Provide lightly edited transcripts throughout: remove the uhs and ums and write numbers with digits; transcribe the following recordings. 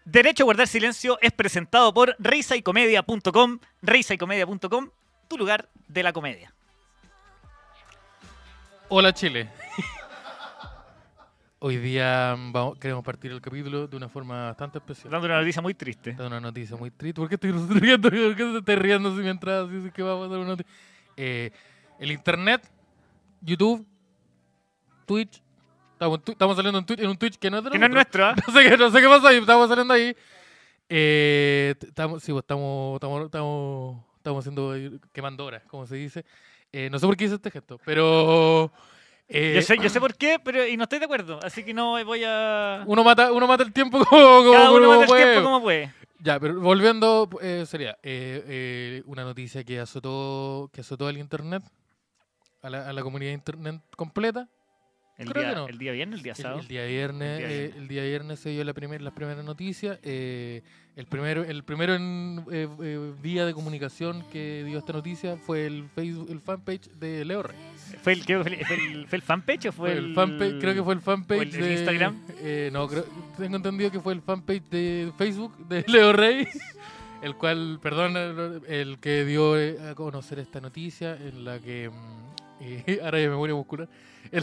Derecho a guardar silencio es presentado por risaycomedia.com. risaycomedia.com, tu lugar de la comedia. Hola Chile. Hoy día queremos partir el capítulo de una forma bastante especial. Dando una noticia muy triste. Dando una noticia muy triste. ¿Por qué estoy riendo? ¿Por qué te estás riendo si mientras dices que va a pasar una noticia? El internet, YouTube, Twitch. Estamos saliendo en un Twitch que no es de Que no es nuestro, ¿eh? No sé qué pasa ahí, estamos saliendo ahí. Estamos haciendo quemando horas, como se dice. No sé por qué hice este gesto, pero... Yo sé por qué, pero y no estoy de acuerdo, así que no voy a... Uno mata el tiempo como Cada uno mata el puede. tiempo como puede. Ya, pero volviendo, sería una noticia que azotó al internet, a la comunidad de internet completa. El Creo día, que no. el día viernes, el día sábado. El día viernes se dio las primeras noticias. El primero en vía de comunicación que dio esta noticia fue el fanpage de Leo Rey. ¿Fue el fanpage o fue el fanpage? Creo que fue el fanpage el de Instagram. No, tengo entendido que fue el fanpage de Facebook de Leo Rey, el cual, perdón, el que dio a conocer esta noticia en la que ahora ya memoria muscular, en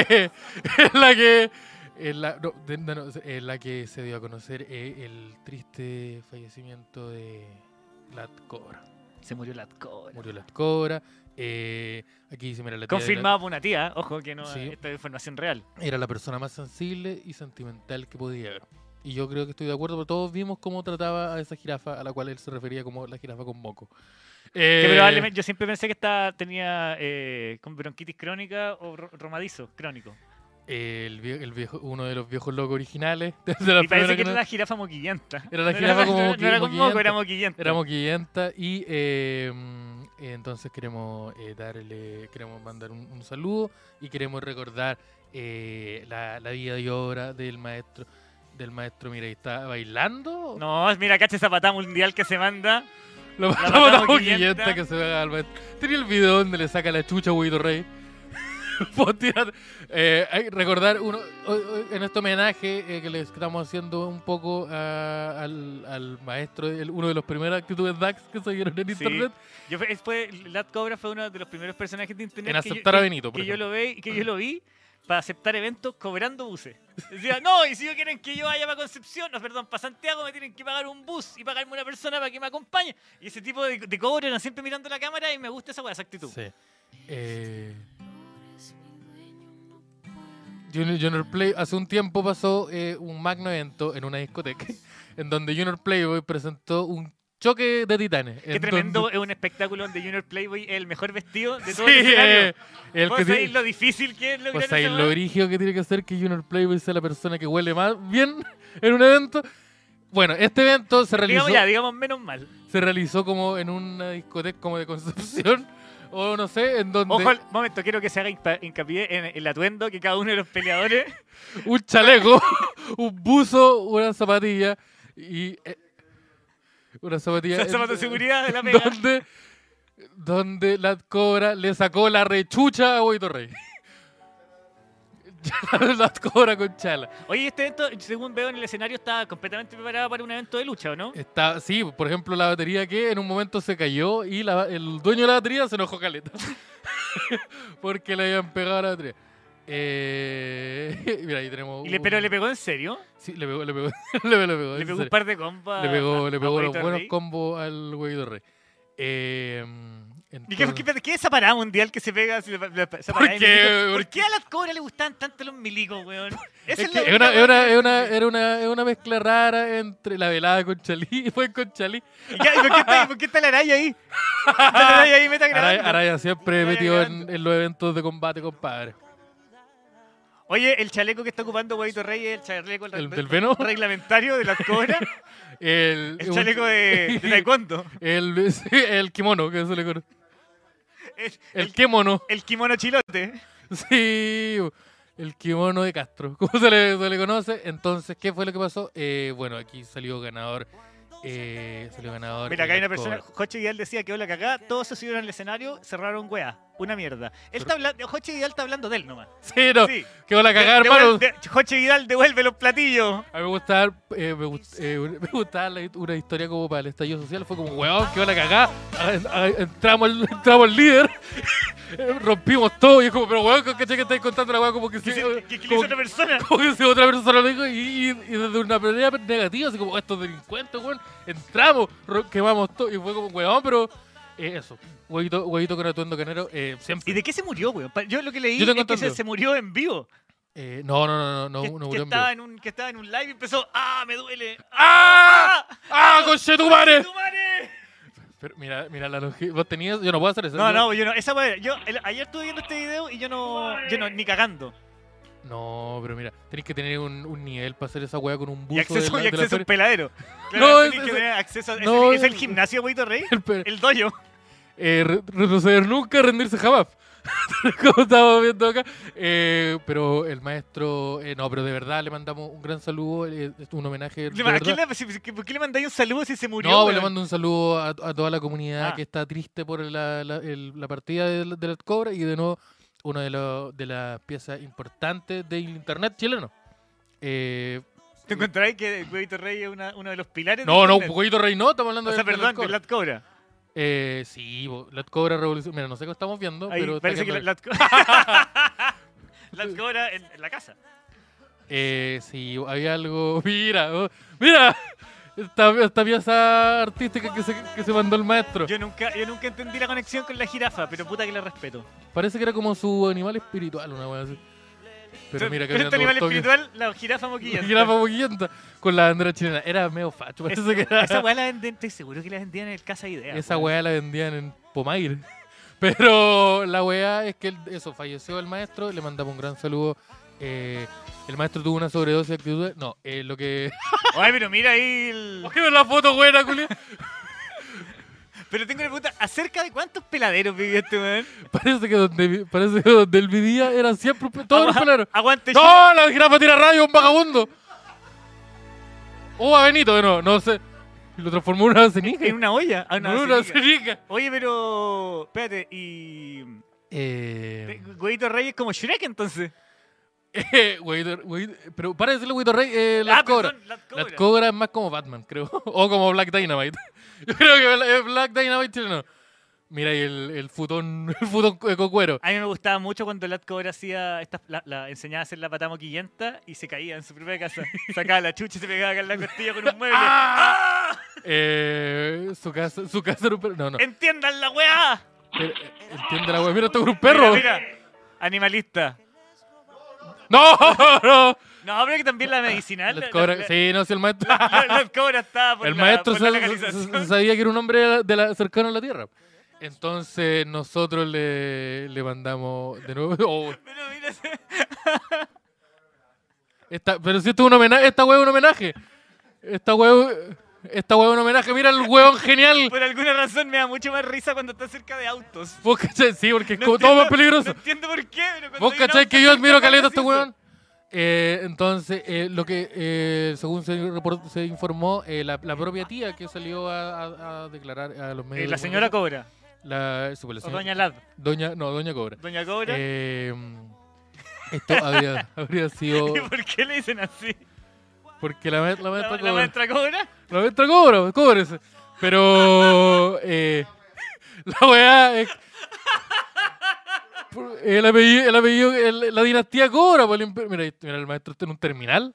la que se dio a conocer el triste fallecimiento de Lat Cobra. Se murió Lat Cobra. Murió Lat Cobra. Aquí dice, mira, la tía Confirmado por una tía, ojo que no, Sí. esta es información real. era la persona más sensible y sentimental que podía haber. Y yo creo que estoy de acuerdo, porque todos vimos cómo trataba a esa jirafa a la cual él se refería como la jirafa con moco. Que probablemente yo siempre pensé que tenía con bronquitis crónica o romadizo crónico. Uno de los viejos locos originales. De la Y parece primera que no- era la jirafa moquillenta. Era la jirafa como no era con moco, era moquillenta. moquillenta. Era moquillenta y entonces queremos mandar un saludo y queremos recordar la vida y obra del maestro. Mira, ahí está bailando. No, mira, cacha esa patada mundial que se manda. La patada patada moquillenta. moquillenta que se ve al maestro. Tenía el video donde le saca la chucha a Huguito Rey. Puedo tirar. Hay que recordar en este homenaje que le estamos haciendo un poco al maestro, uno de los primeros actitudes DAX que se vieron en Sí. internet. Lat Cobra fue uno de los primeros personajes de internet En aceptar a Benito, por que yo ejemplo. lo vi para aceptar eventos cobrando buses. Decía, no, y si yo quieren que yo vaya para Concepción, no, perdón, para Santiago, me tienen que pagar un bus y pagarme una persona para que me acompañe. Y ese tipo de cobro eran siempre mirando la cámara y me gusta esa actitud. Sí. Junior Play hace un tiempo pasó un magno evento en una discoteca en donde Junior Playboy presentó un choque de titanes. Qué tremendo, es un espectáculo donde Junior Playboy es el mejor vestido de todo Sí, el escenario. el que ¿Sabes lo difícil que es lograr pues ahí esa lo weá? brígido que tiene que hacer que Junior Playboy sea la persona que huele más bien en un evento. Bueno, este evento se Digamos menos mal. realizó como en una discoteca como de Concepción o no sé, en donde Ojo, momento, quiero que se haga hincapié en el atuendo que cada uno de los peleadores... un chaleco, un buzo, una zapatilla y una zapatilla zapatos de seguridad de la pega. donde la Cobra le sacó la rechucha a Huguito Rey. La Cobra con chala. Oye, este evento, según veo en el escenario, está completamente preparado para un evento de lucha, ¿o no? Sí, por ejemplo, la batería que en un momento se cayó y el dueño de la batería se enojó caleta. Porque le habían pegado a la batería. Mira, ahí tenemos. Pero le pegó en serio. Sí, le pegó. le pegó, Le en pegó un serio. par de combos. Le pegó los Huguito buenos Rey. combos al Huguito Rey. ¿Y qué es esa parada mundial que se pega? Esa parada de qué? ¿Por qué a las cobras le gustan tanto los milicos, weón? Esa Es la que única weá que- era una mezcla rara entre la velada con Chalí. Fue con Chalí. ¿Y por qué está la araya ahí? Está la araya ahí, meta grabando. Araya siempre Araya metido grabando. en los eventos de combate, compadre. Oye, el chaleco que está ocupando Huguito Rey es el chaleco ¿El del Veno? reglamentario de las cobras. El Chaleco de taekwondo. el kimono, que se le conoce. El kimono. El kimono chilote. Sí, el kimono de Castro, como se le conoce. Entonces, ¿qué fue lo que pasó? Bueno, aquí salió ganador Salió ganador. Mira, acá hay una Lat persona, Cobra. Joche Vidal decía que hola cagá, todos se subieron al escenario, cerraron weá, una mierda. Él está hablando, Joche Vidal está hablando de él nomás. Sí, no. Sí. Que van a cagar, hermano. Joche Vidal, devuelve los platillos. A mí me gustaba, me gustaba una historia como para el estallido social. Fue como, weón, que van a cagar. Entramos al líder, rompimos todo. Y es como, pero weón, ¿cachai que estáis contando la weá como que ¿Qué sí? le hizo otra persona? Como que si otra persona lo dijo y desde una manera negativa, así como estos delincuentes, weón, entramos, quemamos todo y fue como, weón, pero eso, huevito con atuendo canero, siempre. ¿Y de qué se murió, weón? Yo lo que leí Yo tengo es que entendido. se murió en vivo. No que, murió que en estaba vivo. que estaba en un live y empezó, ¡ah, me duele! ¡Ah! ¡Ah, conchetumare! ¡Conchetumare! Pero mira la longitud, vos tenías, yo no puedo hacer eso. No, yo no, esa weá, ayer estuve viendo este video y yo no, ni cagando. No, pero mira, tenés que tener un nivel para hacer esa weá con un buzo Y acceso, de la a un feria. peladero. No, Claro, tenés es- que tener acceso a, no, es el gimnasio, Weito Rey, El pe- el dojo. retroceder nunca, rendirse jamás. Como estamos viendo acá. Pero el maestro, no, pero de verdad le mandamos un gran saludo, es un homenaje. De ¿A quién verdad. ¿Por qué le mandáis un saludo si se murió? No, weón? le mando un saludo a toda la comunidad Ah. que está triste por la partida de la Cobra y de nuevo una de las piezas importantes del internet chileno. ¿Te encontráis que Weito Rey es uno de los pilares? No, del no, internet? Poquito Rey no, estamos hablando O sea, de perdón, Lat de Cobra. Lat Cobra. Sí, Lat Cobra Revolución. Mira, no sé qué estamos viendo, Ahí pero está parece que quedando- Lat Cobra. Lat Cobra en la casa. Sí, había algo. Mira, esta pieza artística que se mandó el maestro. Yo nunca entendí la conexión con la jirafa, pero puta que la respeto. Parece que era como su animal espiritual, una wea así. Pero mira, pero este cambiando animal por toque. espiritual, la jirafa moquilla. La jirafa boquillenta con la bandera chilena. Era medio facho, parece que era. Esa weá la vendían, estoy seguro que la vendían en el Casa Idea. Esa weón. weá la vendían en Pomaire. Pero la weá es que eso, falleció el maestro, le mandamos un gran saludo. El maestro tuvo una sobredosis de actitudes. No, lo que. Ay, pero mira ahí el... Oye, la foto buena, Julián. Pero tengo una pregunta, ¿acerca de cuántos peladeros vivió este weón? Parece que donde él vivía eran siempre todos los peladeros. Aguante ¡No! La jirafa tira radio, un vagabundo. A Benito, no sé. Y lo transformó en una cenica. en una olla. Ah, No, una cenica. cenica. Oye, pero... Espérate, y... Huevito Rey es como Shrek, entonces. Pero para decirle Huevito Rey, Lat Cobra. perdón, Lat Cobra. Lat Cobra es más como Batman, creo. O como Black Dynamite. Yo creo que es Black Dynamite chileno. Mira ahí el futón cocuero. A mí me gustaba mucho cuando Lat Cobra hacía enseñaba a hacer la patada moquillenta y se caía en su propia casa. Sacaba la chucha y se pegaba acá en la costilla con un mueble. ¡Ah! Su casa era un perro. No. ¡Entiendan la weá! Entiende la wea. Mira, esto es un perro. Mira, animalista. No. No, pero que también la medicinal. Lat Cobra, sí, no, si el maestro. Lat Cobra estaba por El la, maestro por la se legalización. sabía que era un hombre cercano a la tierra. Entonces nosotros le mandamos de nuevo. Pero mira, Pero si esto es un homenaje, esta hueá es un homenaje. Esta hueá es un homenaje. Mira el hueón genial. por alguna razón me da mucho más risa cuando está cerca de autos. Vos cachai, sí, porque es No como todo más entiendo- peligroso. No entiendo por qué, pero cuando Vos hay un cachai auto que yo cerca, admiro me da caleta a este gracioso. hueón. Entonces, lo que según se informó, la propia tía que salió a declarar a los medios. La de señora comunicación, Cobra. sí, pues, la O señora- Doña Lad. Doña Cobra. Doña Cobra. Esto habría sido ¿Y por qué le dicen así? porque la maestra ¿La Cobra. maestra Cobra? La maestra Cobra, cóbrese. Pero la weá es el apellido, la dinastía Cobra. Pues, mira, el maestro está en un terminal.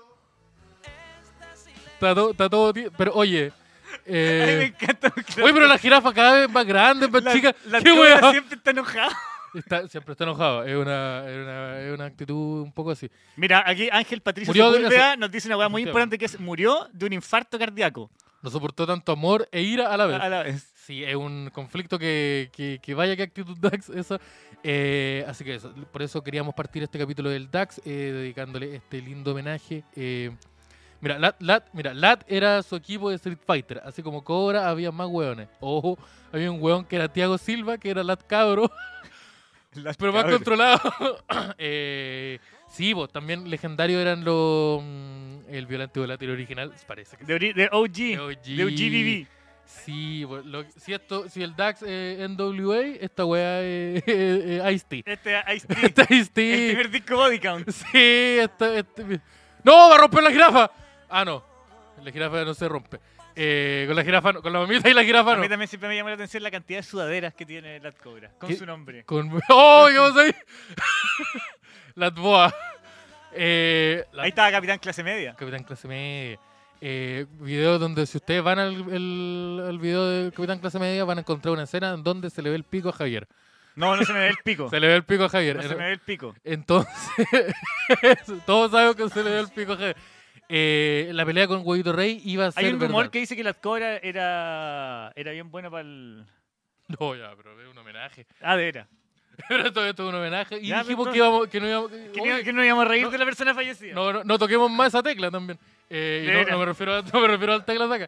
Está todo pero oye. A mí me encanta. porque Oye, pero la jirafa cada vez más grande, más chica. La ¿Qué Cobra weá? siempre está enojada. Siempre está enojado. Es una actitud un poco así. Mira, aquí Ángel Patricio Murió de- Sepúlveda nos dice una weá muy Esteban. importante que es murió de un infarto cardíaco. No soportó tanto amor e ira a la vez. A la vez. Sí, es un conflicto que vaya que actitud DAX eso. Así que eso, por eso queríamos partir este capítulo del DAX, dedicándole este lindo homenaje. Mira, Lat era su equipo de Street Fighter, así como Cobra había más hueones. Ojo, había un hueón que era Thiago Silva, que era Lat Cabro, pero más controlado. Sí, pues también legendarios eran el violante volátil original, parece que De OG. sí. De OGBB. Sí, si el DAX NWA, esta weá es Ice-T. Este Ice-T. Este El Ice-T. primer disco Body Count. Sí, ¡No! ¡Va a romper la jirafa! Ah, no. La jirafa no se rompe. Con la jirafa, con la mamita y la jirafa A mí no. también siempre me llamó la atención la cantidad de sudaderas que tiene Lat Cobra. Con ¿Qué? su nombre. ¡Oh! ¿Qué vamos ahí? La Boa. Ahí estaba Capitán Clase Media. Capitán Clase Media. Video donde si ustedes van al video de Capitán Clase Media van a encontrar una escena en donde se le ve el pico a Javier. No, no se me ve el pico. Se le ve el pico a Javier. No se me ve el pico. Entonces, todos sabemos que se le ve el pico a Javier. La pelea con Huevito Rey iba a ser Hay un rumor verdad. que dice que Lat Cobra era bien buena para el... No, ya, pero es un homenaje. Ah, de veras. Pero esto es un homenaje. Y Ya, dijimos pero que no íbamos... Que no íbamos a reír No. de la persona fallecida. No toquemos más esa tecla también. Y veras. no me refiero al tecla de acá.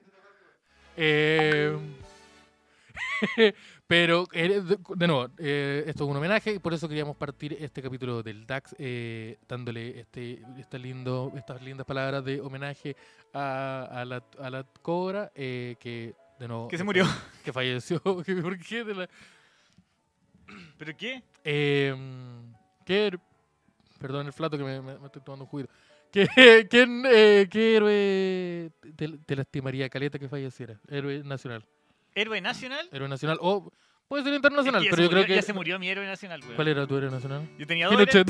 Pero, de nuevo, esto es un homenaje y por eso queríamos partir este capítulo del DAX dándole estas lindas palabras de homenaje a la Cobra que, de nuevo... Que se murió. Que falleció. ¿Por qué? ¿Pero qué? Perdón el flato que me estoy tomando un juguito. ¿Qué héroe te lastimaría caleta que falleciera? Héroe nacional. ¿Héroe nacional? Héroe nacional o puede ser internacional, Es que ya pero yo se murió- creo que... Ya se murió mi héroe nacional, güey. ¿Cuál era tu héroe nacional? Yo tenía dos héroes-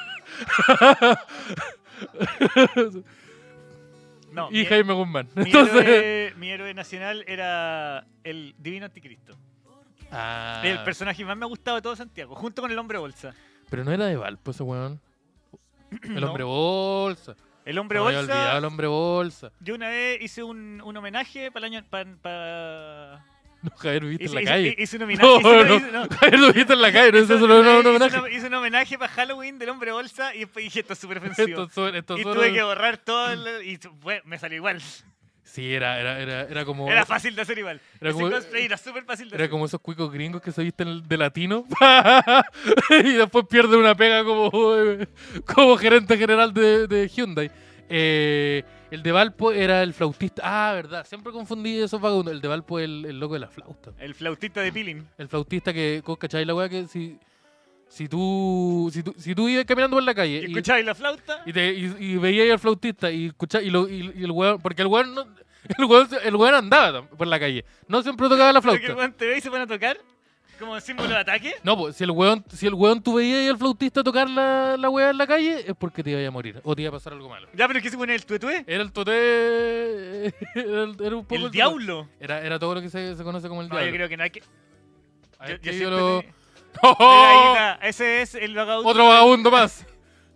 Pinochet. No, Y Jaime Guzmán. mi Entonces... mi héroe nacional era el Divino Anticristo. Ah, El personaje que más me ha gustado de todo Santiago, junto con el Hombre Bolsa. pero no era de Valpo ese weón. El No. hombre bolsa. El Hombre Me había olvidado Bolsa, el hombre bolsa. yo una vez hice un homenaje para el año... No, Javier, lo viste en la hice, calle. hice un No, homenaje... no, Javier, lo viste en la calle. No, eso no es un homenaje. Hice un homenaje para Halloween del Hombre Bolsa y después dije, esto es súper ofensivo. Esto Y solo- tuve que borrar todo y bueno, me salió igual. Sí, era como... Era fácil de hacer igual. Era Ese como- cosplay era súper fácil de Era hacer. como esos cuicos gringos que se visten de latino y después pierden una pega como gerente general de Hyundai. El de Valpo era el flautista. Ah, verdad. Siempre confundí esos vagabundos. El de Valpo es el loco de la flauta. El flautista de Peeling. El flautista que, ¿cachai la weá? Que si tú ibas caminando por la calle ¿Y escuchabais la flauta? y veías al flautista y el weón, porque el weón no, el weón andaba por la calle. No siempre tocaba la Porque el flauta. weón te ve y se pone a tocar como símbolo de ataque. No, pues si el weón tú veías al flautista tocar la weá en la calle, es porque te iba a morir o te iba a pasar algo malo. Ya, pero es que se pone el tuetué. Era el toté. Era un poco El toté. diablo. Era todo lo que se conoce como el No, diablo. yo creo que no hay que. A ver, yo ¿qué siempre ídolo? te- ¡Oh! Mira, ahí está. Ese es el vagabundo. Otro vagabundo más.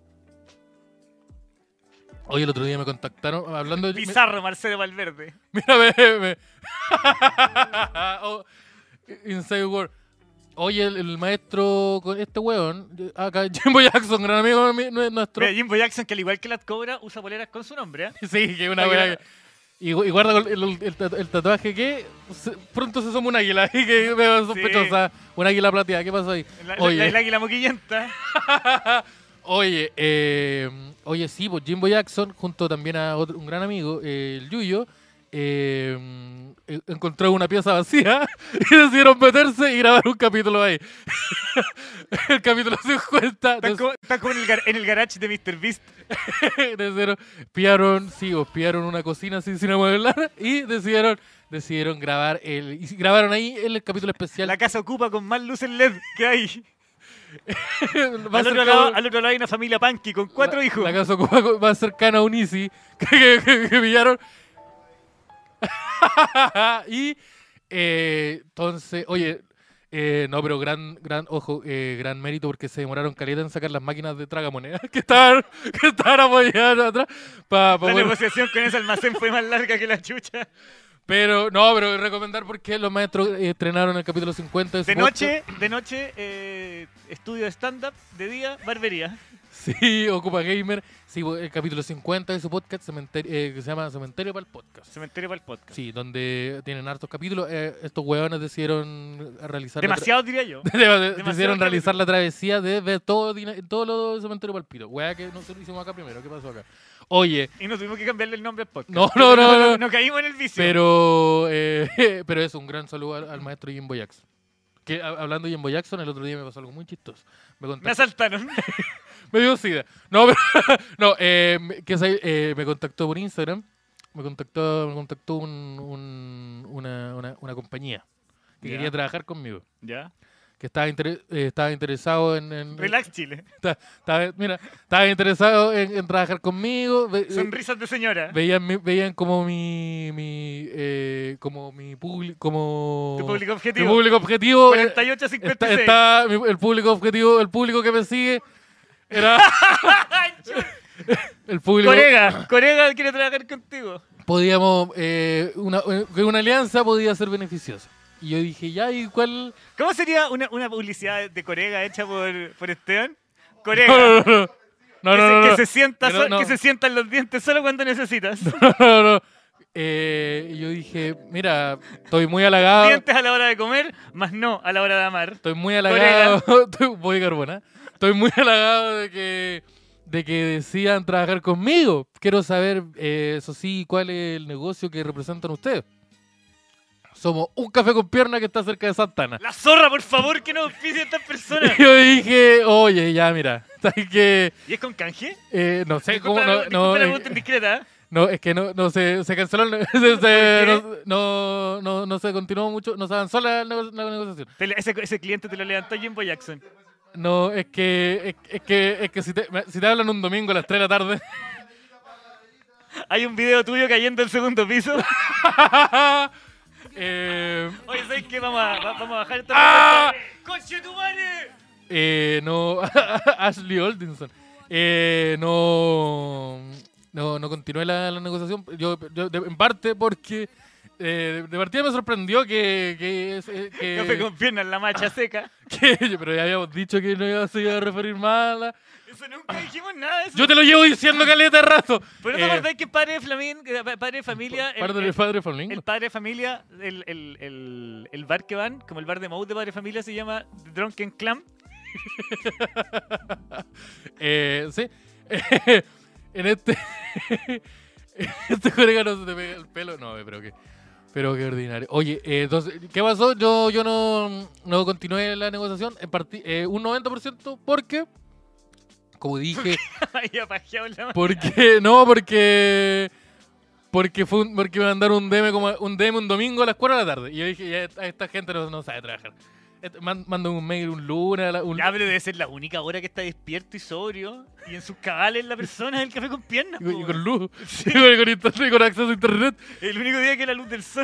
Oye, el otro día me contactaron hablando de... Pizarro, Marcelo Valverde. Mira, Oh, Inside World. Oye, el maestro con este weón, acá Jimbo Jackson, gran amigo nuestro. Mira, Jimbo Jackson, que al igual que Lat Cobra, usa poleras con su nombre. ¿eh? Sí, que es una Para que weá. Y guarda el tatuaje que pronto se asoma un águila y que me sospechosa. Un águila plateada, ¿qué pasó ahí? Oye. El águila moquillenta. Oye, sí, pues Jimbo Jackson, junto también a un gran amigo, el Yuyo, encontró una pieza vacía y decidieron meterse y grabar un capítulo ahí. El capítulo 50. Está como en el garage de Mr. Beast. De cero, pillaron una cocina así sin amueblar y decidieron grabar y grabaron ahí el capítulo especial. La casa ocupa con más luces LED que hay. Va Al otro lado hay una familia punky con 4 hijos. La casa ocupa más cercana a un Easy que pillaron. Y entonces, oye, no, pero gran mérito porque se demoraron caleta en sacar las máquinas de tragamonedas que estaban apoyadas atrás. La negociación con ese almacén fue más larga que la chucha. Pero recomendar porque los maestros estrenaron el capítulo 50 de su De noche, estudio de stand-up, de día, barbería. Sí, Ocupa Gamer. Sí, el capítulo 50 de su podcast que se llama Cementerio para el Podcast. Cementerio para el podcast. Sí, donde tienen hartos capítulos. Estos huevones decidieron realizar... Demasiado, diría yo. decidieron realizar la travesía de ver todo lo de Cementerio para el Pito. Hueá que nosotros hicimos acá primero. ¿Qué pasó acá? Oye... Y nos tuvimos que cambiarle el nombre al podcast. No. No caímos en el vicio. Pero eso, un gran saludo al maestro Jimbo Jackson. Que hablando de Jimbo Jackson, el otro día me pasó algo muy chistoso. Me asaltaron. Me dio sida. No, pero no, me contactó por Instagram. Me contactó una compañía que Ya. quería trabajar conmigo. Ya. Que estaba interesado en Relax, Chile. estaba interesado en trabajar conmigo. Sonrisas de señora. Veían como como mi público, como Tu público mi objetivo. público objetivo. 48 a 56. El público objetivo, el público que me sigue era el público. Corega quiere trabajar contigo. Podíamos que una alianza podía ser beneficiosa. Y yo dije, ya, ¿y cuál? ¿Cómo sería una publicidad de Corega hecha por Esteban? Corega. No. Que se sienta No. que se sientan los dientes solo cuando necesitas. No. Y yo dije, mira, estoy muy halagado. Dientes a la hora de comer, más no a la hora de amar. Estoy muy halagado. Voy carbona. Estoy muy halagado de que decidan trabajar conmigo. Quiero saber, eso sí, cuál es el negocio que representan ustedes. Somos un café con pierna que está cerca de Santana. La zorra, por favor, que no auspicie a estas personas. Y yo dije, oye, ya, mira. ¿Sabes qué? ¿Y es con canje? No sé Disculpa cómo. disculpa la pregunta indiscreta. ¿Eh? No, es que no se canceló. No se continuó mucho. No se avanzó la negociación. Ese cliente te lo levantó Jimbo Jackson. No, es que si te hablan un domingo a las 3 de la tarde. Hay un video tuyo cayendo al segundo piso. Oye, ¿sabes qué? Vamos a bajar esta ¡Ah! pregunta. ¡Conchetumare! No, Ashley Oldinson. No continué la negociación. Yo en parte porque de partida me sorprendió que Café con piernas, la macha seca. pero ya habíamos dicho que no se iba a referir más a la... Eso nunca dijimos nada de eso. Yo te lo llevo diciendo caleta de rato. ¿Pero no te acordás que padre de familia... Padre de Flamingo. El padre de familia, el bar que van, como el bar de Moe de padre de familia, se llama The Drunken Clam. Sí. En este colega no se te pega el pelo. No, pero qué ordinario. Oye, entonces, ¿qué pasó? Yo no continué la negociación. Un 90% porque, como dije, Ahí apajeado en la mano. porque me mandaron un DM un domingo a las 4 de la tarde. Y yo dije, ya esta gente no sabe trabajar. Mandan un mail un lunes. Ya, pero debe ser la única hora que está despierto y sobrio. Y en sus cabales la persona del café con piernas. Y po. con luz. Con internet, con acceso a internet. El único día que la luz del sol.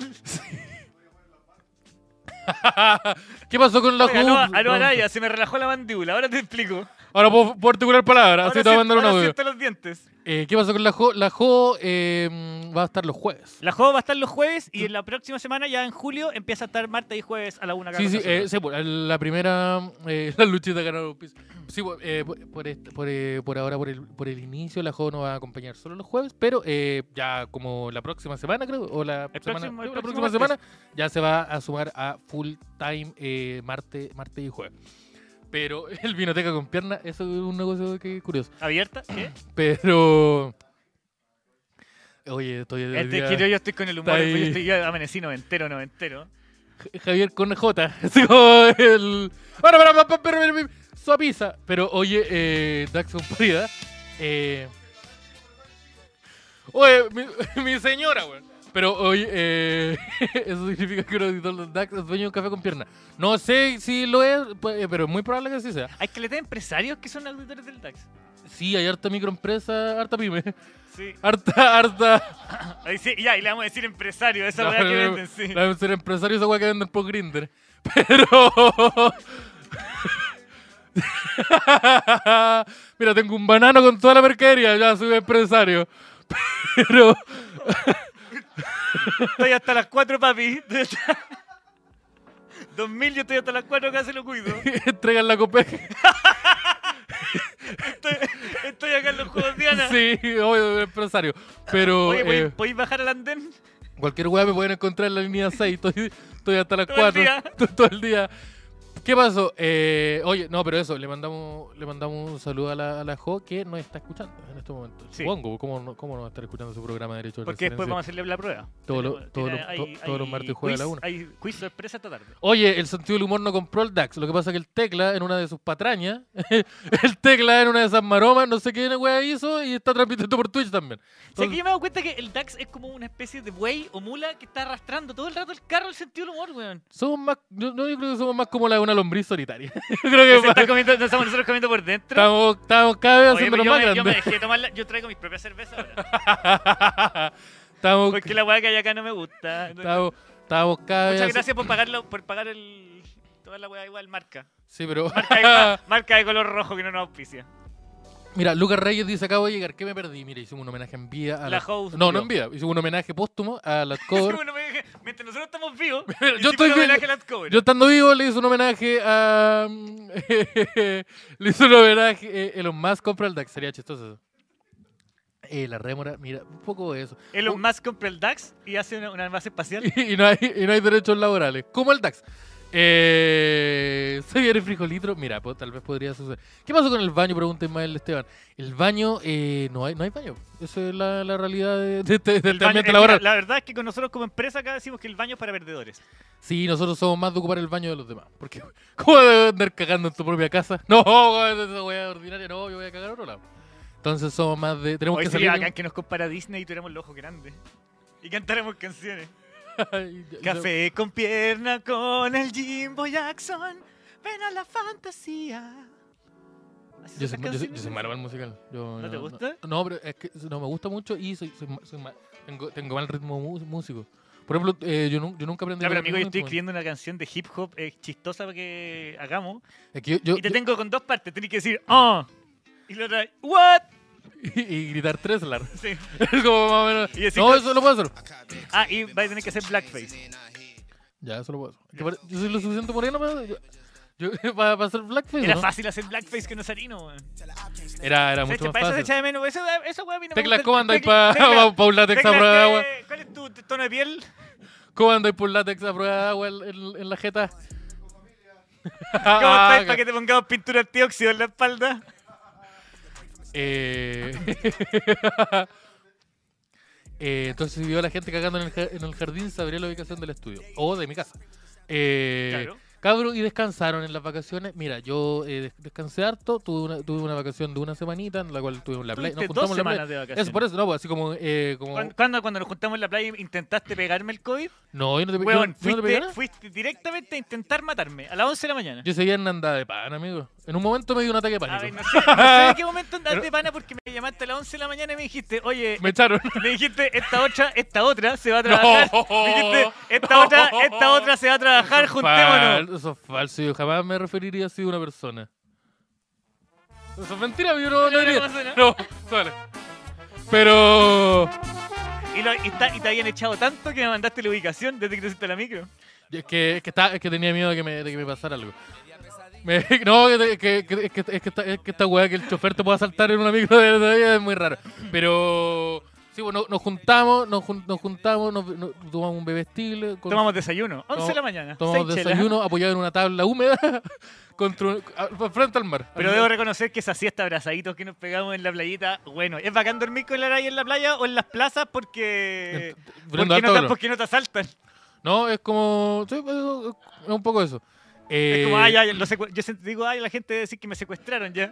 ¿Qué pasó con la Aló, Araya, se me relajó la mandíbula. Ahora te explico. Ahora puedo articular palabras, así te voy a mandar un ahora audio. siento los dientes. ¿Qué pasó con la Jo? La Jo va a estar los jueves. La juego va a estar los jueves y en la próxima semana, ya en julio, empieza a estar martes y jueves a la 1 acá. Sí, con sí, nosotros. sí, pues, la primera, la luchita ganaron un piso. Sí, por ahora, por el inicio, la Jo nos va a acompañar solo los jueves, pero ya como la próxima semana, creo, o la próxima semana, ya se va a sumar a full time martes y jueves. Pero el Vinoteca con pierna, eso es un negocio que es curioso. ¿Abierta? ¿Qué? Pero... Oye, Yo estoy con el humor, yo amanecí noventero. Javier con J. Así como el... Para, suapiza. Pero oye, Dax con Purida. Oye, mi señora, weón. Pero oye, eso significa que un auditor del DAX es dueño de un café con pierna. No sé si lo es, pero es muy probable que sí sea. Hay caleta de empresarios que son auditores del DAX. Sí, hay harta microempresa, harta pyme. Sí. Harta. Ahí sí, ya, y le vamos a decir empresario, esa No, weá que venden, sí. Deben ser empresarios esa weá que venden por Grindr. Pero... Mira, tengo un banano con toda la mercadería, ya soy empresario. Pero... Estoy hasta las 4, papi. 2000, yo estoy hasta las 4, casi lo cuido. Entregan la Copec. Estoy acá en los Juegos Diana. Sí, obvio, empresario. Pero Oye, ¿podéis bajar al andén? cualquier weá me pueden encontrar en la línea 6. Estoy hasta las Todo el 4. día. Todo el día. ¿Qué pasó? Oye, no, pero eso, le mandamos un saludo a la Jo que nos está escuchando en este momento. Sí. Supongo, ¿cómo no va a estar escuchando su programa de Derecho a la Porque después Excelencia? vamos a hacerle la prueba. Todos los martes y jueves a la 1. Hay quiz sorpresa esta tarde. Oye, el sentido del humor no compró el DAX. Lo que pasa es que el Tecla, en una de sus patrañas, el Tecla en una de esas maromas, no sé qué wea hizo y está transmitiendo por Twitch también. O sea, Entonces, que yo me he dado cuenta que el DAX es como una especie de buey o mula que está arrastrando todo el rato el carro del sentido del humor, weón. somos más, yo creo que somos más como la de una lombriz solitaria. Yo creo Que se que está comiendo, no estamos nosotros comiendo por dentro. estamos cada vez Oye, haciéndolo pero más yo me grandes. dejé de tomarla, yo traigo mis propias cervezas ahora. Estamos Porque la weá que hay acá no me gusta. estábamos cada vez Muchas haci- gracias por pagar toda la weá igual, marca. Sí, pero Marca de color rojo que no nos auspicia. mira, Lucas Reyes dice, acabo de llegar, ¿qué me perdí? Mira, hicimos un homenaje en vida a La host No, murió. no en vida, hicimos un homenaje póstumo a la cover. Bueno, mientras nosotros estamos vivos, Yo hicimos estoy un bien. homenaje a Last Cover. Yo estando vivo le hice un homenaje a... le hice un homenaje... Elon Musk compra el DAX, sería chistoso eso. La rémora, mira, un poco de eso. Elon Musk compra el DAX y hace una base espacial. Y no hay derechos laborales, como el DAX. Se viene frijolitro. Mira, tal vez podría suceder. ¿Qué pasó con el baño? Pregunta Ismael Esteban. El baño, no hay baño. Esa es la realidad de este El baño- ambiente laboral. la verdad es que con nosotros como empresa acá decimos que el baño es para perdedores. Sí, nosotros somos más de ocupar el baño de los demás. Porque, ¿cómo debes andar cagando en tu propia casa? No, esa wea ordinaria, no, yo voy a cagar a otro lado. Entonces somos más de... Tenemos Hoy que sería salir... bacán que nos compara Disney y tuviéramos los ojos grandes. Y cantáramos canciones. Ay, Café con pierna con el Jimbo Jackson. Ven a la fantasía. ¿Así Yo son soy, esas yo soy canciones? malo para el musical. ¿No te gusta? No, pero es que no me gusta mucho y tengo mal ritmo músico. Por ejemplo, yo nunca aprendí Ya, pero a tocar amigo, yo ningún estoy instrumento. escribiendo una canción de hip hop chistosa para que hagamos. Es que yo- Y te tengo con dos partes. Tenés que decir, oh. Y la otra, what? y gritar tres largos. Sí. Es como más o menos. Y decir No, co- eso lo puedo hacer. Ah, y vais a tener que hacer blackface. Ya, eso lo puedo hacer. Es que yo soy lo suficiente moreno para hacer blackface. Era ¿no? fácil hacer blackface que no sarino, weón. Era mucho más Para eso se fácil. echa de menos. Esa weá vino. Teclas, ¿cómo andáis para un látex a prueba de agua? ¿Cuál es tu tono de piel? ¿Cómo andáis por látex a prueba de agua en la jeta? ¿Cómo estáis para que te pongamos pintura antióxido en la espalda? Entonces, si vio a la gente cagando en el jardín, sabría la ubicación del estudio o de mi casa. Claro. Cabros, y descansaron en las vacaciones. Mira, yo descansé harto, tuve una vacación de una semanita en la cual estuvimos en la playa. Tuviste Nos juntamos 2 en la semanas playa. de vacaciones. Eso, por eso, no, pues, así como... Cuando nos juntamos en la playa intentaste pegarme el COVID? No, yo no te Weón, yo no te pegué nada. fuiste directamente a intentar matarme a las 11 de la mañana. Yo seguía en andada de pan, amigo. En un momento me dio un ataque de A ver, pánico. no sé en qué momento andaste pana porque me llamaste a las 11 de la mañana y me dijiste, oye, Me echaron. me dijiste, esta otra se va a trabajar. No. Me dijiste, esta otra se va a trabajar, juntémonos. Eso es falso. Yo jamás me referiría así a una persona. Eso es mentira, yo no diría. ¿Cómo suena? No, vale. Pero... Y te habían echado tanto que me mandaste la ubicación desde que te hiciste la micro. Es que tenía miedo de que me pasara algo. No, es que esta weá que el chofer te pueda saltar en una micro de es muy raro. Pero... Sí, bueno, nos juntamos, nos tomamos un bebestible. Tomamos desayuno, 11 de la mañana. Tomamos 6 chelas. desayuno apoyado en una tabla húmeda frente al mar. Pero debo reconocer que esa siesta abrazaditos que nos pegamos en la playita, bueno, es bacán dormir con la Araya en la playa o en las plazas porque no te asaltan. No, es como... Sí, es un poco eso. Es como, ya, yo digo, la gente debe decir que me secuestraron ya.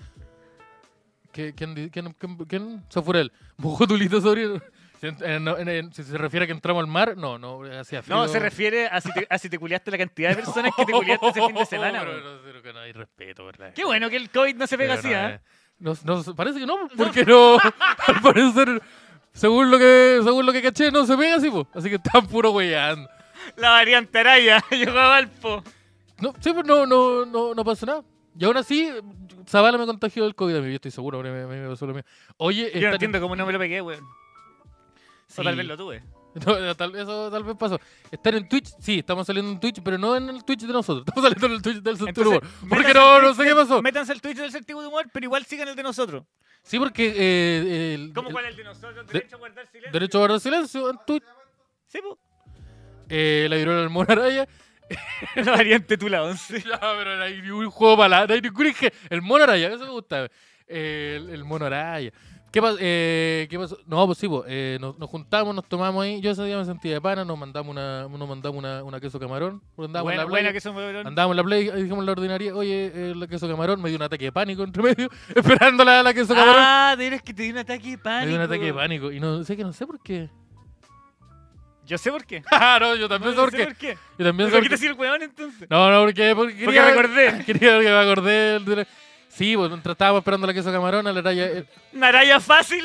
¿Quién? Se fue él. ¿Mojó tu lito sobrino? Si se refiere a que entramos al mar, no, hacía frío. No, se refiere a si te culiaste la cantidad de personas que te culiaste ese fin de semana. Pero weón. pero que no hay respeto, ¿verdad? Qué bueno que el COVID no se pega así, ¿ah? No, parece que no, porque no. Al parecer, según lo que caché, no se pega así, po. Así que están puro weyando. La variante Araya llegó a Valpo. No, sí, pues no pasó nada. Y aún así, Zavala me contagió del COVID a mí, yo estoy seguro, me pasó lo mío. Oye, Yo no entiendo cómo no me lo pegué, weón. O tal vez lo tuve. No, eso tal vez pasó. Estar en Twitch, sí, estamos saliendo en Twitch, pero no en el Twitch de nosotros. Estamos saliendo en el Twitch del Sentido del Humor. Porque métanse no, al no Twitch sé qué pasó. Métanse al Twitch del Sentido de Humor, pero igual sigan el de nosotros. Sí, porque ¿Cómo cuál es el de nosotros? Derecho a guardar silencio. derecho a guardar silencio en Twitch. Sí, pues. La viruela del mono araya. La variante Tula 11. Ya, pero no hay ningún juego para no hay ningún el mono araya, eso me gusta. El mono araya. ¿Qué pasó? No, pues sí, pues, nos juntamos, nos tomamos ahí. Yo ese día me sentía de pana, nos mandamos una queso camarón. Andábamos en la playa, que son andábamos en la playa y dijimos en la ordinaria, oye, la queso camarón, me dio un ataque de pánico entre medio, esperando la queso camarón. Ah, de veras que te dio un ataque de pánico. Me dio un ataque de pánico y no sé por qué. Yo sé por qué. Ah, no, yo también sé por qué. Yo también sé ¿Por por qué qué. te sigue el weón entonces? No, porque Porque recordé. Quería que me acordé. Sí, pues mientras estábamos esperando la queso camarón, a la raya. Una araya fácil.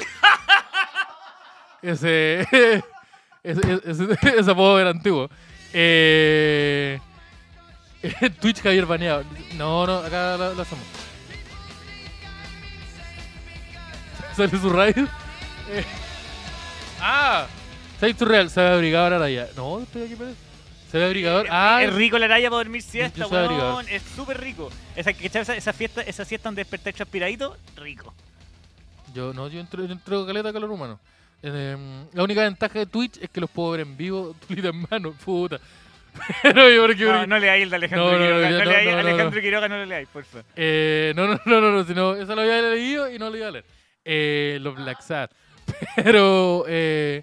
Ese apodo era antiguo. Twitch Javier baneado. No, acá lo hacemos. Sale su raid. Save to real, se ve abrigado la raya. No, estoy aquí, parece. Se ve abrigador. Es rico la araya para dormir siesta, yo soy abrigador. weón. Es súper rico. Esa siesta en despertar transpiradito, rico. Yo entro caleta calor humano. La única ventaja de Twitch es que los puedo ver en vivo, tulita en mano, puta. Pero yo porque No le hay el de Alejandro Quiroga. No le hay Alejandro Quiroga, no le hay, por favor. No, sino eso lo había leído y no lo iba a leer. Los Black Sad. Pero le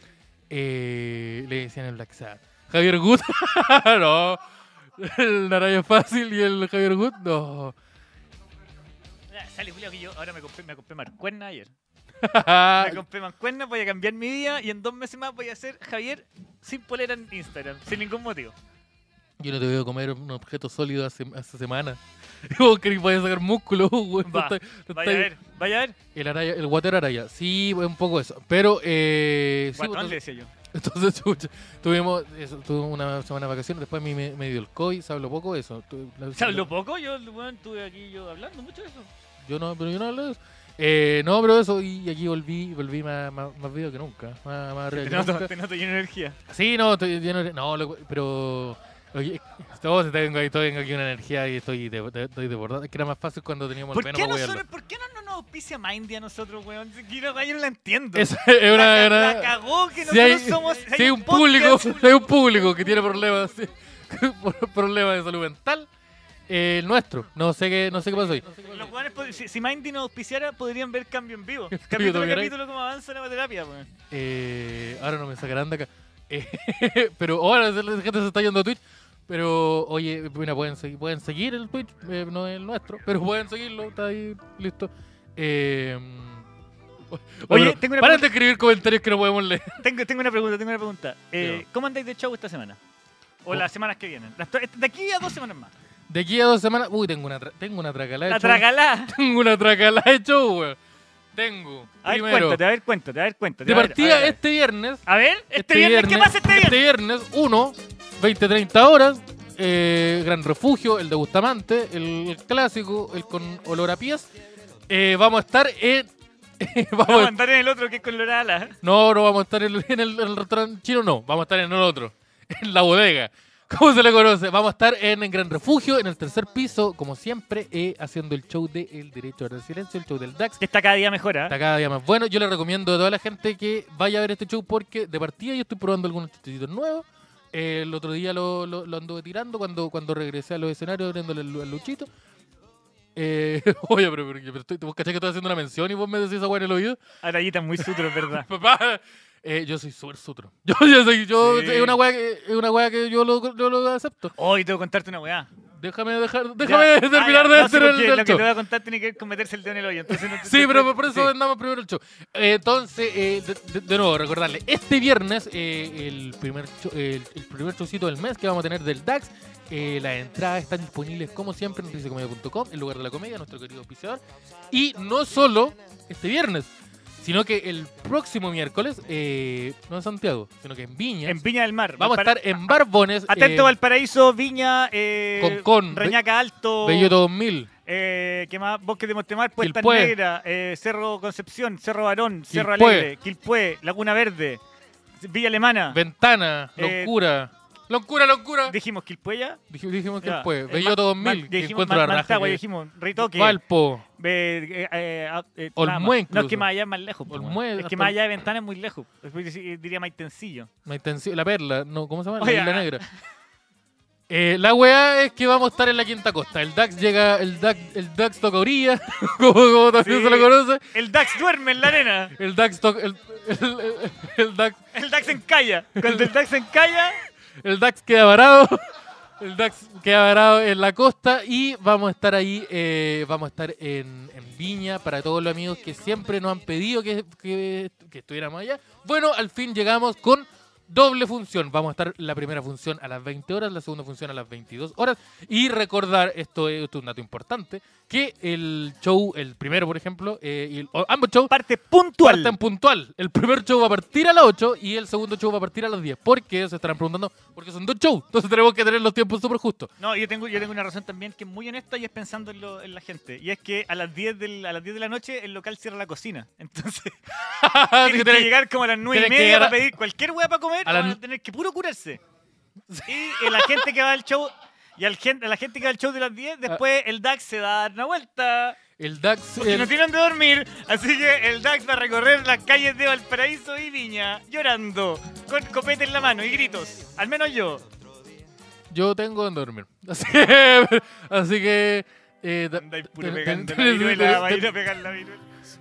decían el Black Sad. Javier Good, no. El Naraya Fácil y el Javier Good, no. Sale, Julio, que yo ahora me compré mancuerna ayer. Me compré mancuerna, voy a cambiar mi vida y en 2 meses más voy a ser Javier sin polera en Instagram, sin ningún motivo. Yo no te veo comer un objeto sólido hace semanas. Vos querés vaya a sacar músculo, güey. Vaya a ver. El water araya. Sí, un poco eso. Pero, sí. Guatón, le decía yo. Entonces, chucha, tuve una semana de vacaciones, después a mí me dio el COVID, se habló poco de eso. ¿Se habló poco? Yo, bueno, estuve aquí hablando mucho de eso. Yo no hablé de eso. No, pero eso, y aquí volví más vivo que nunca. Más real que nunca. Te noto lleno de energía. Sí, no, estoy lleno de... No, pero... Oye, tengo aquí una energía y estoy desbordado. Es que era más fácil cuando teníamos el ¿Por qué no nos auspicia Mindy a nosotros, weón? Yo no la entiendo. La cagó que nosotros somos... Si hay un público que tiene problemas de salud mental, el nuestro. No sé qué pasó ahí. Los weones, si Mindy nos auspiciara, podrían ver cambio en vivo. Capítulo como avanza la terapia, weón. Ahora no me sacarán de acá. Pero ahora la gente se está yendo a Twitch. Pero, oye, mira, pueden seguir el Twitch, no es el nuestro, pero pueden seguirlo, está ahí, listo. Oye, tengo una Paren de escribir comentarios que no podemos leer. Tengo una pregunta. ¿Cómo andáis de show esta semana? O las semanas que vienen. De aquí a 2 semanas más. De aquí a 2 semanas, tengo una tracalá de show. Tracalá. Tengo una tracalá de show, weón. Cuéntate. De partida este viernes. A ver, este viernes, ¿qué pasa este viernes? Este viernes, 20-30 horas, Gran Refugio, el de Bustamante, el clásico, el con olor a pies. Vamos a estar en... vamos a estar en el otro que es con olor a alas. No vamos a estar en el restaurante chino, no. Vamos a estar en el otro, en la bodega. ¿Cómo se le conoce? Vamos a estar en Gran Refugio, en el 3er piso, como siempre, haciendo el show de El Derecho al Silencio, el show del DAX. Que está cada día mejor, ¿eh? Está cada día más bueno. Yo le recomiendo a toda la gente que vaya a ver este show porque de partida yo estoy probando algunos chistecitos nuevos. El otro día lo anduve tirando cuando regresé a los escenarios abriéndole al Luchito. Oye, pero vos cachai que estoy haciendo una mención y vos me decís esa weá en el oído. Arayita es muy sutro, es verdad. Papá, yo soy súper sutro. Sí. Es una weá que yo lo acepto. Hoy tengo que contarte una weá. Déjame terminar de hacer el show. Lo que show. te voy a contar tiene que ver con meterse el dedo en el hoyo. Entonces sí, pero por eso andamos primero el show. Entonces, de nuevo, recordarle, este viernes, el primer showcito del mes que vamos a tener del DAX. Las entradas están disponibles como siempre en risicomedia.com, el lugar de la comedia, nuestro querido auspiciador. Y no solo este viernes, sino que el próximo miércoles, no en Santiago, sino que en Viña. En Viña del Mar. Vamos a estar en Barbones. Atento Valparaíso, Viña, Concón, Reñaca Alto. Belloto 2000. ¿Qué más? Bosque de Montemar, Puerta Quilpué. Negra, Cerro Concepción, Cerro Barón, Cerro Quilpué. Alegre, Quilpué, Laguna Verde. Villa Alemana. Ventana, Locura. Locura. Dijimos Quilpuella. Dijimos que Ya, después. Belloto 2000, que dijimos encuentro la raja. Mantagua, que- dijimos Ritoque. Valpo. Olmué Olmué No, es que incluso. más allá es más lejos. po, Olmué, weón. Es que hasta- más allá de Ventana es muy lejos. Después diría Maitencillo. La Perla. No, ¿cómo se llama? La Oye, Isla Negra. La weá es que vamos a estar en la Quinta Costa. El DAX llega, el DAX toca orilla, como también Sí. se lo conoce. El Dax duerme en la arena. El DAX toca. El DAX. El Dax encalla. Cuando el Dax encalla, El DAX queda varado. El DAX queda varado en la costa y vamos a estar ahí, vamos a estar en Viña para todos los amigos que siempre nos han pedido que estuviéramos allá. Bueno, al fin llegamos con doble función. Vamos a estar la primera función a las 20 horas, la segunda función a las 22 horas. Y recordar, esto es un dato importante, que el show, el primero por ejemplo, ambos shows parte puntual. parten puntual. El primer show va a partir a las 8 y el segundo show va a partir a las 10. ¿Por qué? Se estarán preguntando, porque son dos shows. Entonces tenemos que tener los tiempos súper justos. No, yo tengo una razón también que es muy honesta y es pensando en la gente. Y es que a las 10 de la noche el local cierra la cocina. Entonces, Así tienes que que tenés- llegar como a las 9 y tienes que media llegar para a- pedir cualquier hueá para comer a o van las- a tener que puro curarse. Y la gente que va al show, y a la gente que va al show de las 10, después el DAX se da a dar una vuelta. el DAX... Porque no tienen de dormir, así que el DAX va a recorrer las calles de Valparaíso y Viña, llorando, con copete en la mano y gritos. Al menos yo. Yo tengo donde dormir. Así que Andáis puro ten- pegando ten- la viruela, ten- va a ir a ten- pegar la viruela.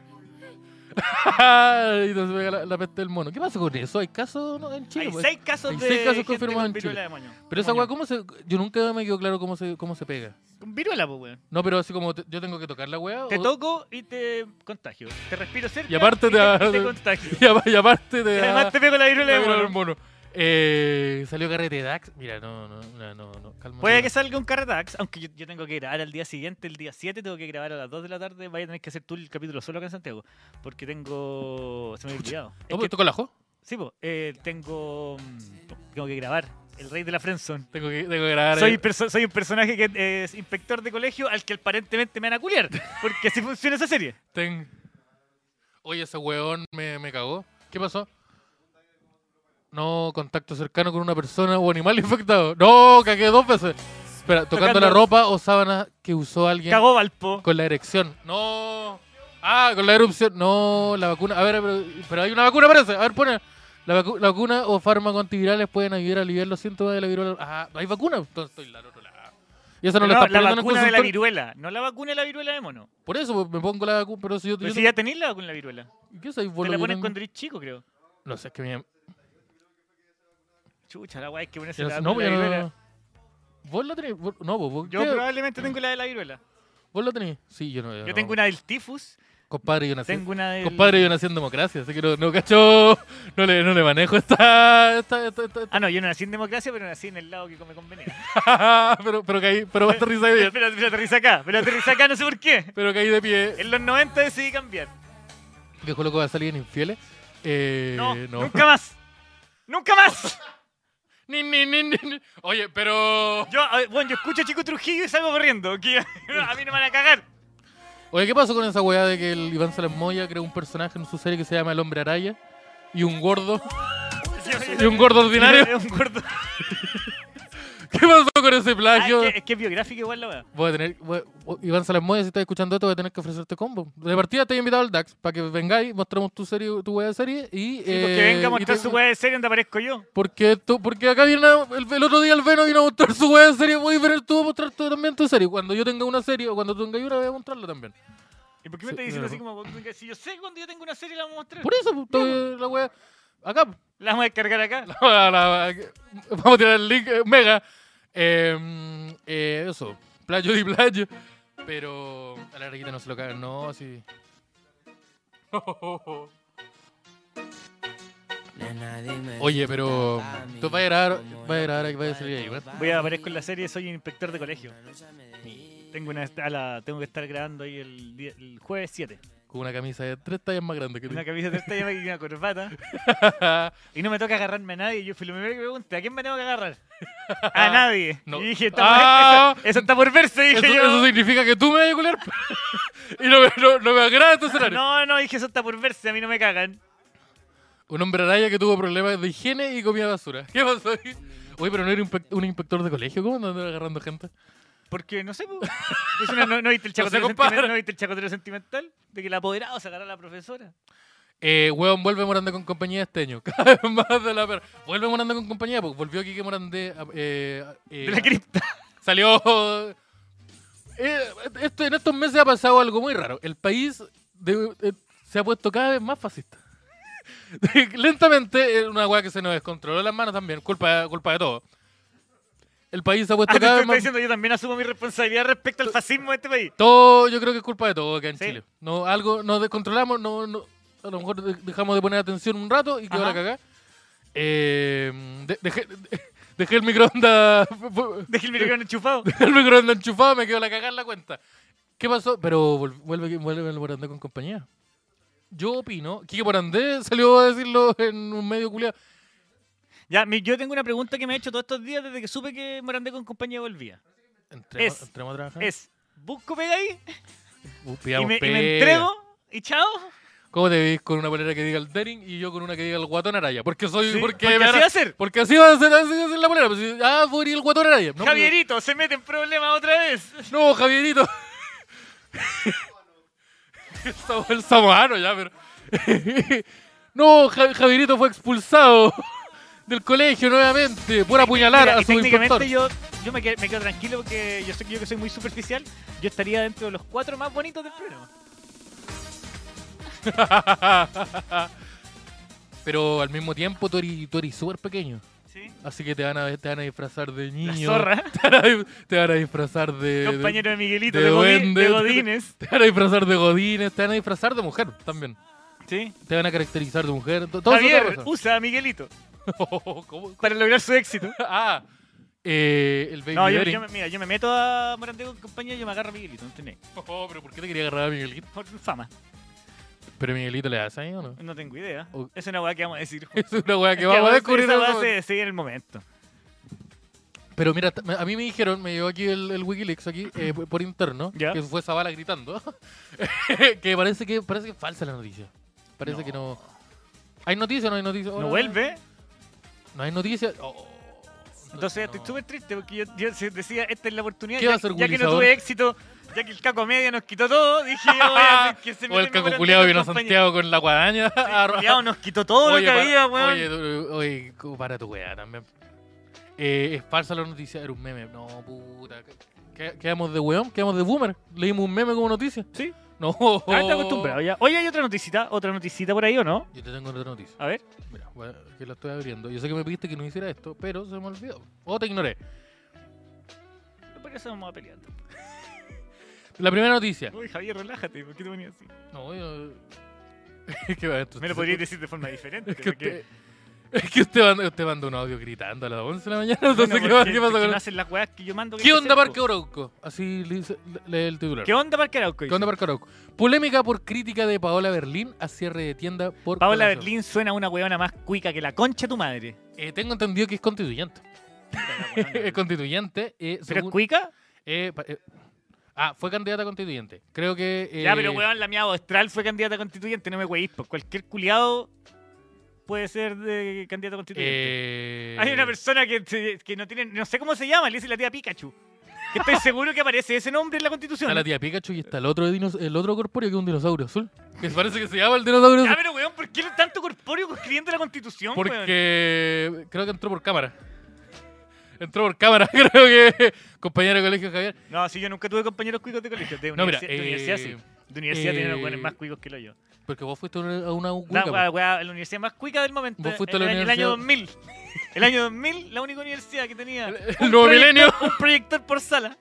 y nos pega la peste del mono. ¿Qué pasa con eso? ¿Hay casos no, en Chile? Hay pues? 6 casos Hay de 6 casos gente confirmados con en viruela Chile. de moño. Pero esa Moño. weá, ¿cómo se...? Yo nunca me quedó claro cómo se pega. Con viruela, pues, weón. No, pero así como yo tengo que tocar la weá. Te o- toco y te contagio. Te respiro cerca Y aparte y te- te contagio. y aparte de... Y además te pego la viruela de mono. mono. Salió carrete DAX. Mira, no, calma. Puede que salga un Carretax, aunque yo tengo que grabar al día siguiente, el día 7, tengo que grabar a las 2 de la tarde. Vaya a tener que hacer tú el capítulo solo acá en Santiago. Porque tengo. Se me había olvidado. Es ¿Cómo que- tocó el ajo? sí, pues, tengo que grabar. El rey de la Friendzone. Tengo que grabar. Soy un personaje que es inspector de colegio al que aparentemente me van a culiar. Porque así funciona esa serie. Oye, ese weón me cagó. ¿Qué pasó? No, contacto cercano con una persona o animal infectado. No, cagué 2 veces. Espera, tocando la ropa o sábana que usó alguien Cagó Valpo. con la erección. No. Con la erupción. No, la vacuna. A ver, pero hay una vacuna, parece. A ver, pone. La vacuna o fármacos antivirales pueden ayudar a aliviar los síntomas de la viruela. Hay vacuna. Entonces estoy al otro lado. Y eso no lo No, estás la poniendo en el vacuna de la consultorio. viruela. No la vacuna de la viruela de mono. Por eso pues, me pongo la vacuna. Pero si yo, Pero yo si ya tenéis la vacuna de la viruela. ¿qué soy? Te la ponen cuando eres chico, creo. No sé, es que me... Chucha, la guay, hay que ponerse Ya la no, vacuna de la ya viruela. no. ¿Vos la tenés? No, vos, Yo ¿qué? probablemente tengo la de la viruela. ¿Vos la tenés? Sí, yo no. Yo tengo una del tifus, Compadre, yo nací. tengo una del... Compadre, yo nací en democracia, así que no cacho. No le manejo esta. Ah, no, yo no nací en democracia, pero nací en el lado que come conveniencia. pero aterriza bien. Pero aterriza acá, no sé por qué. Pero caí de pie. En los 90 decidí cambiar. Viejo loco va a salir en infieles. No, no. nunca más. ¡Nunca más! Ni. Oye, pero. Bueno, yo escucho a Chico Trujillo y salgo corriendo. Que a mí no me van a cagar. Oye, ¿qué pasó con esa weá de que el Iván Salas Moya creó un personaje en su serie que se llama El Hombre Araya? Y un gordo. Y un gordo ordinario. Es un gordo. ¿Qué pasó con ese plagio? Es que es biográfico igual la weá. Voy a tener. Iván Salas Moya, si estás escuchando esto, voy a tener que ofrecerte combo. De partida te he invitado al DAX para que vengáis, mostramos tu serie, tu weá de serie y. Sí, porque venga a y mostrar te- su weá de serie donde aparezco yo. Porque acá viene el otro día el Veno vino a mostrar su weá de serie muy diferente. Tú vas a mostrar tú también tu serie. Cuando yo tenga una serie o cuando tú tengas una, voy a mostrarla también. ¿Y por qué me Sí, estás diciendo de así como si yo sé cuando yo tengo una serie la vamos a mostrar? Por eso, pues, la weá. Acá. La vamos a descargar acá. Vamos a tirar el link. Mega. Eso. Playo y playo. Pero a la reguita no se lo cagan. No, así. Oye, pero tú vas a grabar aquí, vas a salir ahí, ¿verdad? Aparezco en la serie, soy inspector de colegio. Tengo que estar grabando ahí el jueves 7. Con una camisa de 3 tallas más grande que tú. Una camisa de esta y una corbata. Y no me toca agarrarme a nadie. Yo fui lo primero que pregunté, ¿a quién me tengo que agarrar? A nadie. No. Y dije, Ah. eso está por verse, dije yo. Eso significa que tú me vas a culiar. Y no me agrada este escenario. No, dije, eso está por verse, a mí no me cagan. Un hombre araya que tuvo problemas de higiene y comía basura. ¿Qué pasó ahí? Oye, pero no era un inspector de colegio. ¿Cómo andaba agarrando gente? Porque, no sé, pues, ¿no viste el chacotero compadre. ¿no viste el chacotero sentimental? De que el apoderado se agarra a la profesora. Huevón, vuelve Morandé con compañía este año. Cada vez más de la perra. Vuelve Morandé con compañía, porque volvió Quique Morandé. De la cripta. Salió. En estos meses ha pasado algo muy raro. El país se ha puesto cada vez más fascista. Lentamente, es una weá que se nos descontroló las manos también, culpa de todo. El país se ha puesto Te cada vez estoy más. diciendo, yo también asumo mi responsabilidad respecto al fascismo de este país. Todo, yo creo que es culpa de todo acá en ¿Sí? Chile. No, algo nos descontrolamos, a lo mejor dejamos de poner atención un rato y quedó Ajá. la cagá. Dejé el microondas. Dejé el micrófono enchufado. Dejé el microondas enchufado, me quedó la cagá en la cuenta. ¿Qué pasó? Pero vuelve el Morandé con compañía. Yo opino, Quique Morandé salió a decirlo en un medio culiado. Ya, yo tengo una pregunta que me he hecho todos estos días desde que supe que Morandé con compañía volvía. Entremos a trabajar. ¿Busco pega ahí? y Pidamos me pega. entrego y chao? ¿Cómo te ves con una polera que diga el Dering y yo con una que diga el Guatón Araya? Porque soy. Sí, porque así va a ser. Porque así va a ser la polera. Pues, voy a ir el Guatón Araya. No, Javierito, se mete en problemas otra vez. No, Javierito. El samoano ya, pero. No, Javierito fue expulsado del colegio nuevamente por apuñalar Mira, a y su inspector. técnicamente yo me quedo tranquilo porque yo que soy muy superficial. Yo estaría dentro de los 4 más bonitos del programa. Pero al mismo tiempo tú eres súper pequeño. ¿Sí? Así que te van a disfrazar de La niño. zorra. Te van a disfrazar de. Compañero de Miguelito, de de duende. Godines. Te van a disfrazar de Godines. Te van a disfrazar de mujer también. ¿Sí? Te van a caracterizar de mujer. Todo eso te va a Javier pasar. usa a Miguelito ¿Cómo? para lograr su éxito. El Baby No, Daring. mira, yo me meto a Morandé con compañía y yo me agarro a Miguelito, no tenés. Pero ¿por qué te quería agarrar a Miguelito? Por fama, ¿Pero Miguelito le das ahí o no? no tengo idea. Oh. Es una weá que vamos a decir. Es una weá que Es vamos a descubrir. esa en weá ese momento. se en el momento. Pero mira, a mí me dijeron, me llegó aquí el Wikileaks aquí, por interno, ¿Ya? que fue Zavala gritando, que parece que es falsa la noticia. Parece No. que no. ¿Hay noticia o no hay noticia? No vuelve. No hay noticia. Oh, Entonces no. estoy súper triste porque yo decía, esta es la oportunidad. ¿Qué va a Ya, hacer ya que no Willy tuve éxito, ya que el Caco Media nos quitó todo, dije yo voy a tener que se O el caco culiado vino a Santiago con la guadaña. Culiao nos quitó todo lo que había, weón. Oye, para tu weá también. Es falsa la noticia, era un meme. No, puta. ¿Quedamos de weón? ¿Quedamos de boomer? ¿Leímos un meme como noticia? Sí. No. Está acostumbrado ya. Oye, hay otra noticita por ahí, ¿o no? Yo te tengo otra noticia. A ver. Mira, bueno, que la estoy abriendo. Yo sé que me pediste que no hiciera esto, pero se me olvidó. O te ignoré. Por eso vamos a pelear. La primera noticia. Uy, Javier, relájate. ¿Por qué te ponías así? No, yo... Es que, esto- Me lo podrías decir de forma diferente. Es que porque- usted manda un audio gritando a las 11 de la mañana. Entonces, Bueno, ¿qué pasa porque con no hacen las weas que yo mando. que ¿Qué hay que onda hacer, Parque po? Arauco? Así lee el titular. ¿Qué onda Parque Arauco? ¿Qué onda Parque Arauco? Polémica por crítica de Paola Berlín a cierre de tienda por... Paola colaboración. Berlín suena a una weona más cuica que la concha de tu madre. Tengo entendido que es constituyente. Es constituyente. ¿Pero es según- cuica? fue candidata a constituyente. Creo que... Ya, pero weón, la mía Austral fue candidata a constituyente, no me weís, pues cualquier culiado puede ser de candidato a constituyente. Hay una persona que no tiene, no sé cómo se llama, le dice la tía Pikachu. Que estoy seguro que aparece ese nombre en la constitución. Está la tía Pikachu y está el otro corpóreo que es un dinosaurio azul. Que parece que se llama el dinosaurio Ya, azul. pero weón, ¿por qué tanto corpóreo escribiendo la constitución, weón? Porque creo que entró por cámara. Entró por cámara, creo que compañero de colegio Javier. No, si yo nunca tuve compañeros cuicos de colegio. De No, mira, universidad sí. De universidad tienen los buenos más cuicos que lo yo. Porque vos fuiste a una La hueca, la universidad más cuica del momento. Vos fuiste a la el año universidad- 2000. El año 2000, la única universidad que tenía el nuevo milenio. un proyector por sala.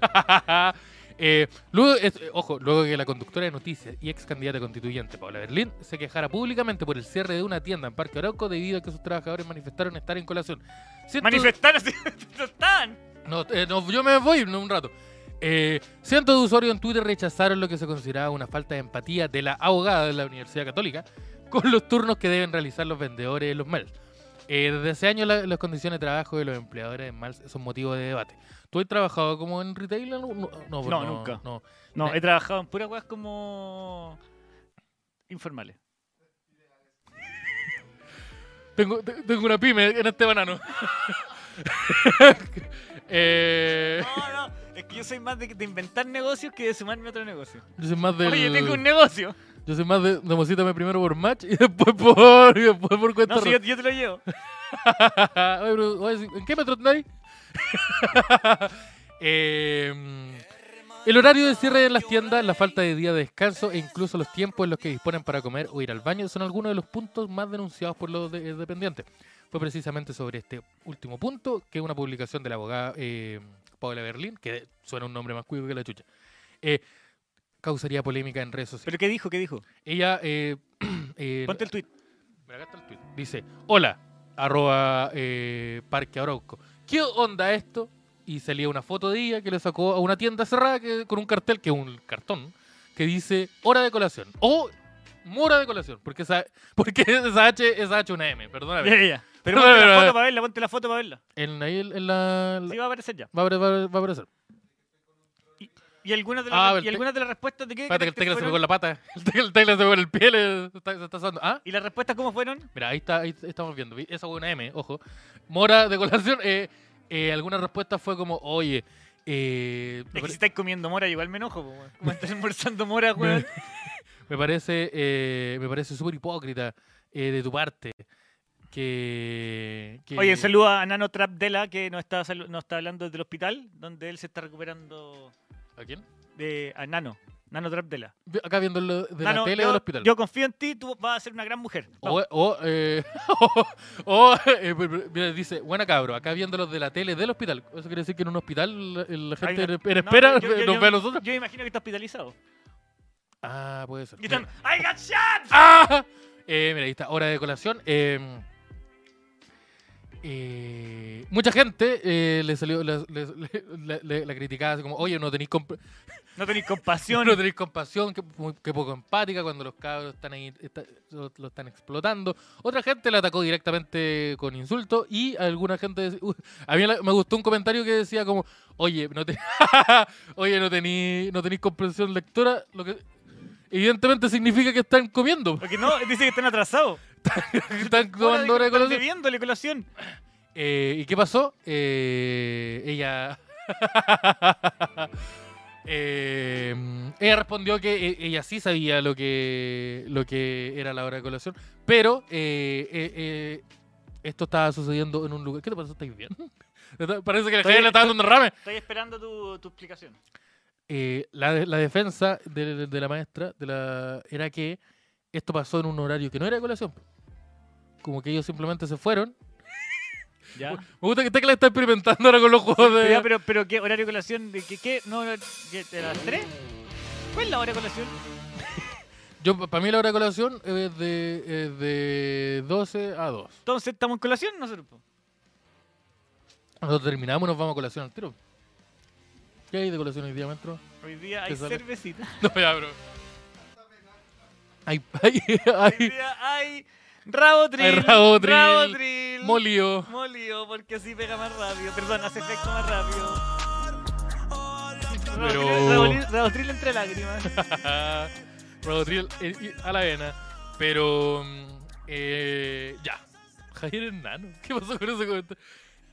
Luego que la conductora de noticias y ex candidata constituyente Paola Berlín se quejara públicamente por el cierre de una tienda en Parque Arauco debido a que sus trabajadores manifestaron estar en colación. Manifestaron, no estaban. No, yo me voy un rato. Cientos de usuarios en Twitter rechazaron lo que se consideraba una falta de empatía de la abogada de la Universidad Católica con los turnos que deben realizar los vendedores en los malls. Desde hace años las condiciones de trabajo de los empleadores en malls son motivo de debate. ¿Tú has trabajado como en retail? No, Nunca. No. No, he trabajado en puras weas como informales. Tengo una pyme en este banano. No, es que yo soy más de inventar negocios que de sumarme a otro negocio. Yo soy más del... Oye, tengo un negocio. Yo soy más de deposítame primero por match y después por cuenta. No, si yo te lo llevo. Oye, pero, oye, ¿en qué metro andáis? El horario de cierre de las tiendas, la falta de día de descanso e incluso los tiempos en los que disponen para comer o ir al baño son algunos de los puntos más denunciados por los dependientes. Fue precisamente sobre este último punto que una publicación de la abogada Paula Berlín, que suena un nombre más cuico que la chucha, causaría polémica en redes sociales. ¿Pero qué dijo? ¿Qué dijo? Ella... Ponte el tweet. Mira, acá está el tweet. Dice, hola, @ Parque Arauco. ¿Qué onda esto? Y salía una foto de ella que le sacó a una tienda cerrada con un cartel, que es un cartón, que dice hora de colación. O mora de colación, porque esa H es una M, perdóname. Ya. Pero ponte la foto para verla, ponte la foto para verla. Ahí en la... Sí, va a aparecer ya. Va a aparecer. ¿Y algunas de las respuestas de qué? Espérate que el tecla se pegó en la pata. El tecla se pegó en el pie, se está asando. ¿Ah? ¿Y las respuestas cómo fueron? Mira, ahí estamos viendo. Esa fue una M, ojo. Mora de colación. Alguna respuesta fue como, oye... es que si estáis comiendo mora, igual me enojo. Como estás almorzando mora, weón. Me parece súper hipócrita de tu parte. Oye, saludo a Nano Trapdela, que nos está hablando desde el hospital, donde él se está recuperando. ¿A quién? A Nano Trapdela. Acá viéndolo de Nano, la tele del hospital. Yo confío en ti, tú vas a ser una gran mujer. Mira, dice, buena cabro, acá viéndolos de la tele del hospital. Eso quiere decir que en un hospital la gente No, en espera yo nos ve a nosotros. Yo imagino que está hospitalizado. Ah, puede ser. Y están, ¡I got shot! ¡Ah! Mira, ahí está, hora de colación. Mucha gente le salió la criticaba así como, oye, no tenéis no tenéis compasión. No tenéis compasión, que poco empática cuando los cabros están ahí, lo están explotando. Otra gente la atacó directamente con insultos y alguna gente a mí me gustó un comentario que decía como, oye, no tenéis comprensión lectora, lo que evidentemente significa que están comiendo. Porque no, dice que están atrasados. Están tomando hora de colación. Están bebiéndole colación. ¿Y qué pasó? Ella respondió que ella sí sabía lo que era la hora de colación, pero esto estaba sucediendo en un lugar. ¿Qué te pasó? ¿Estáis bien? Parece que el jefe le está dando un derrame. Estoy esperando tu explicación. La defensa de la maestra era que esto pasó en un horario que no era de colación. Como que ellos simplemente se fueron. ¿Ya? Me gusta que Tecla está experimentando ahora con los juegos de... Pero ¿qué horario de colación? ¿Qué? ¿No, ¿de las 3? ¿Cuál es la hora de colación? Para mí la hora de colación es de 12 a 2. Entonces, ¿estamos en colación nosotros? Nosotros terminamos y nos vamos a colación al tiro. ¿Qué hay de colación hoy día, maestro? Hoy día hay cervecita. No, ya, bro. Hoy día hay... Rabotril. Molío, porque así pega más rápido. Perdón, hace efecto más rápido. Pero... Rabotril entre lágrimas. Rabotril a la vena. Pero... ya. Javier Hernano. ¿Qué pasó con ese comentario?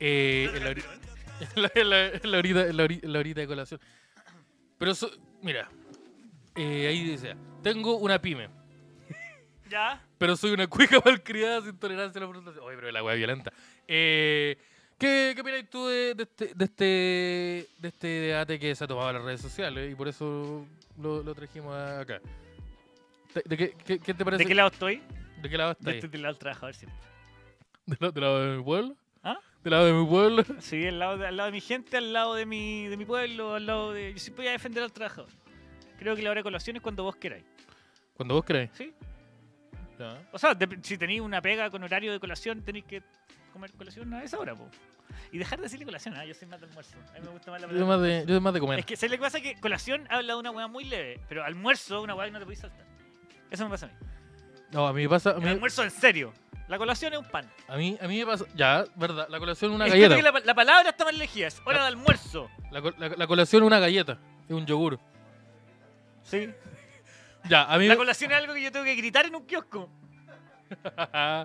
En la horita de colación. Pero mira. Ahí dice, tengo una pyme. ¿Ya? Pero soy una cuica malcriada sin tolerancia a la frustración. Oye, pero la weá violenta. ¿Qué opinas tú de este debate que se ha tomado en las redes sociales? Y por eso lo trajimos acá. ¿Qué te parece? ¿De qué lado estoy? ¿De qué lado estás? Estoy del lado del trabajador siempre. ¿Del lado de mi pueblo? ¿Ah? ¿Del lado de mi pueblo? Sí, al lado de mi gente, al lado de mi pueblo, al lado de... Yo siempre voy a defender al trabajador. Creo que la hora de colación es cuando vos queráis. ¿Cuando vos queráis? Sí. Ya. O sea, si tenéis una pega con horario de colación, tenéis que comer colación a esa hora, po. Y dejar de decirle colación, yo soy más de almuerzo. A mí me gusta más la palabra. Yo soy más de comer. Es que ¿sabes lo que pasa? Que colación habla de una hueá muy leve, pero almuerzo, una hueá que no te podéis saltar. Eso me pasa a mí. No, a mí me pasa... El almuerzo en serio. La colación es un pan. A mí me pasa... Ya, verdad. La colación es una galleta. Que la palabra está mal elegida. Es hora de almuerzo. La colación es una galleta. Es un yogur. Sí. Ya, a mí... La colación es algo que yo tengo que gritar en un kiosco.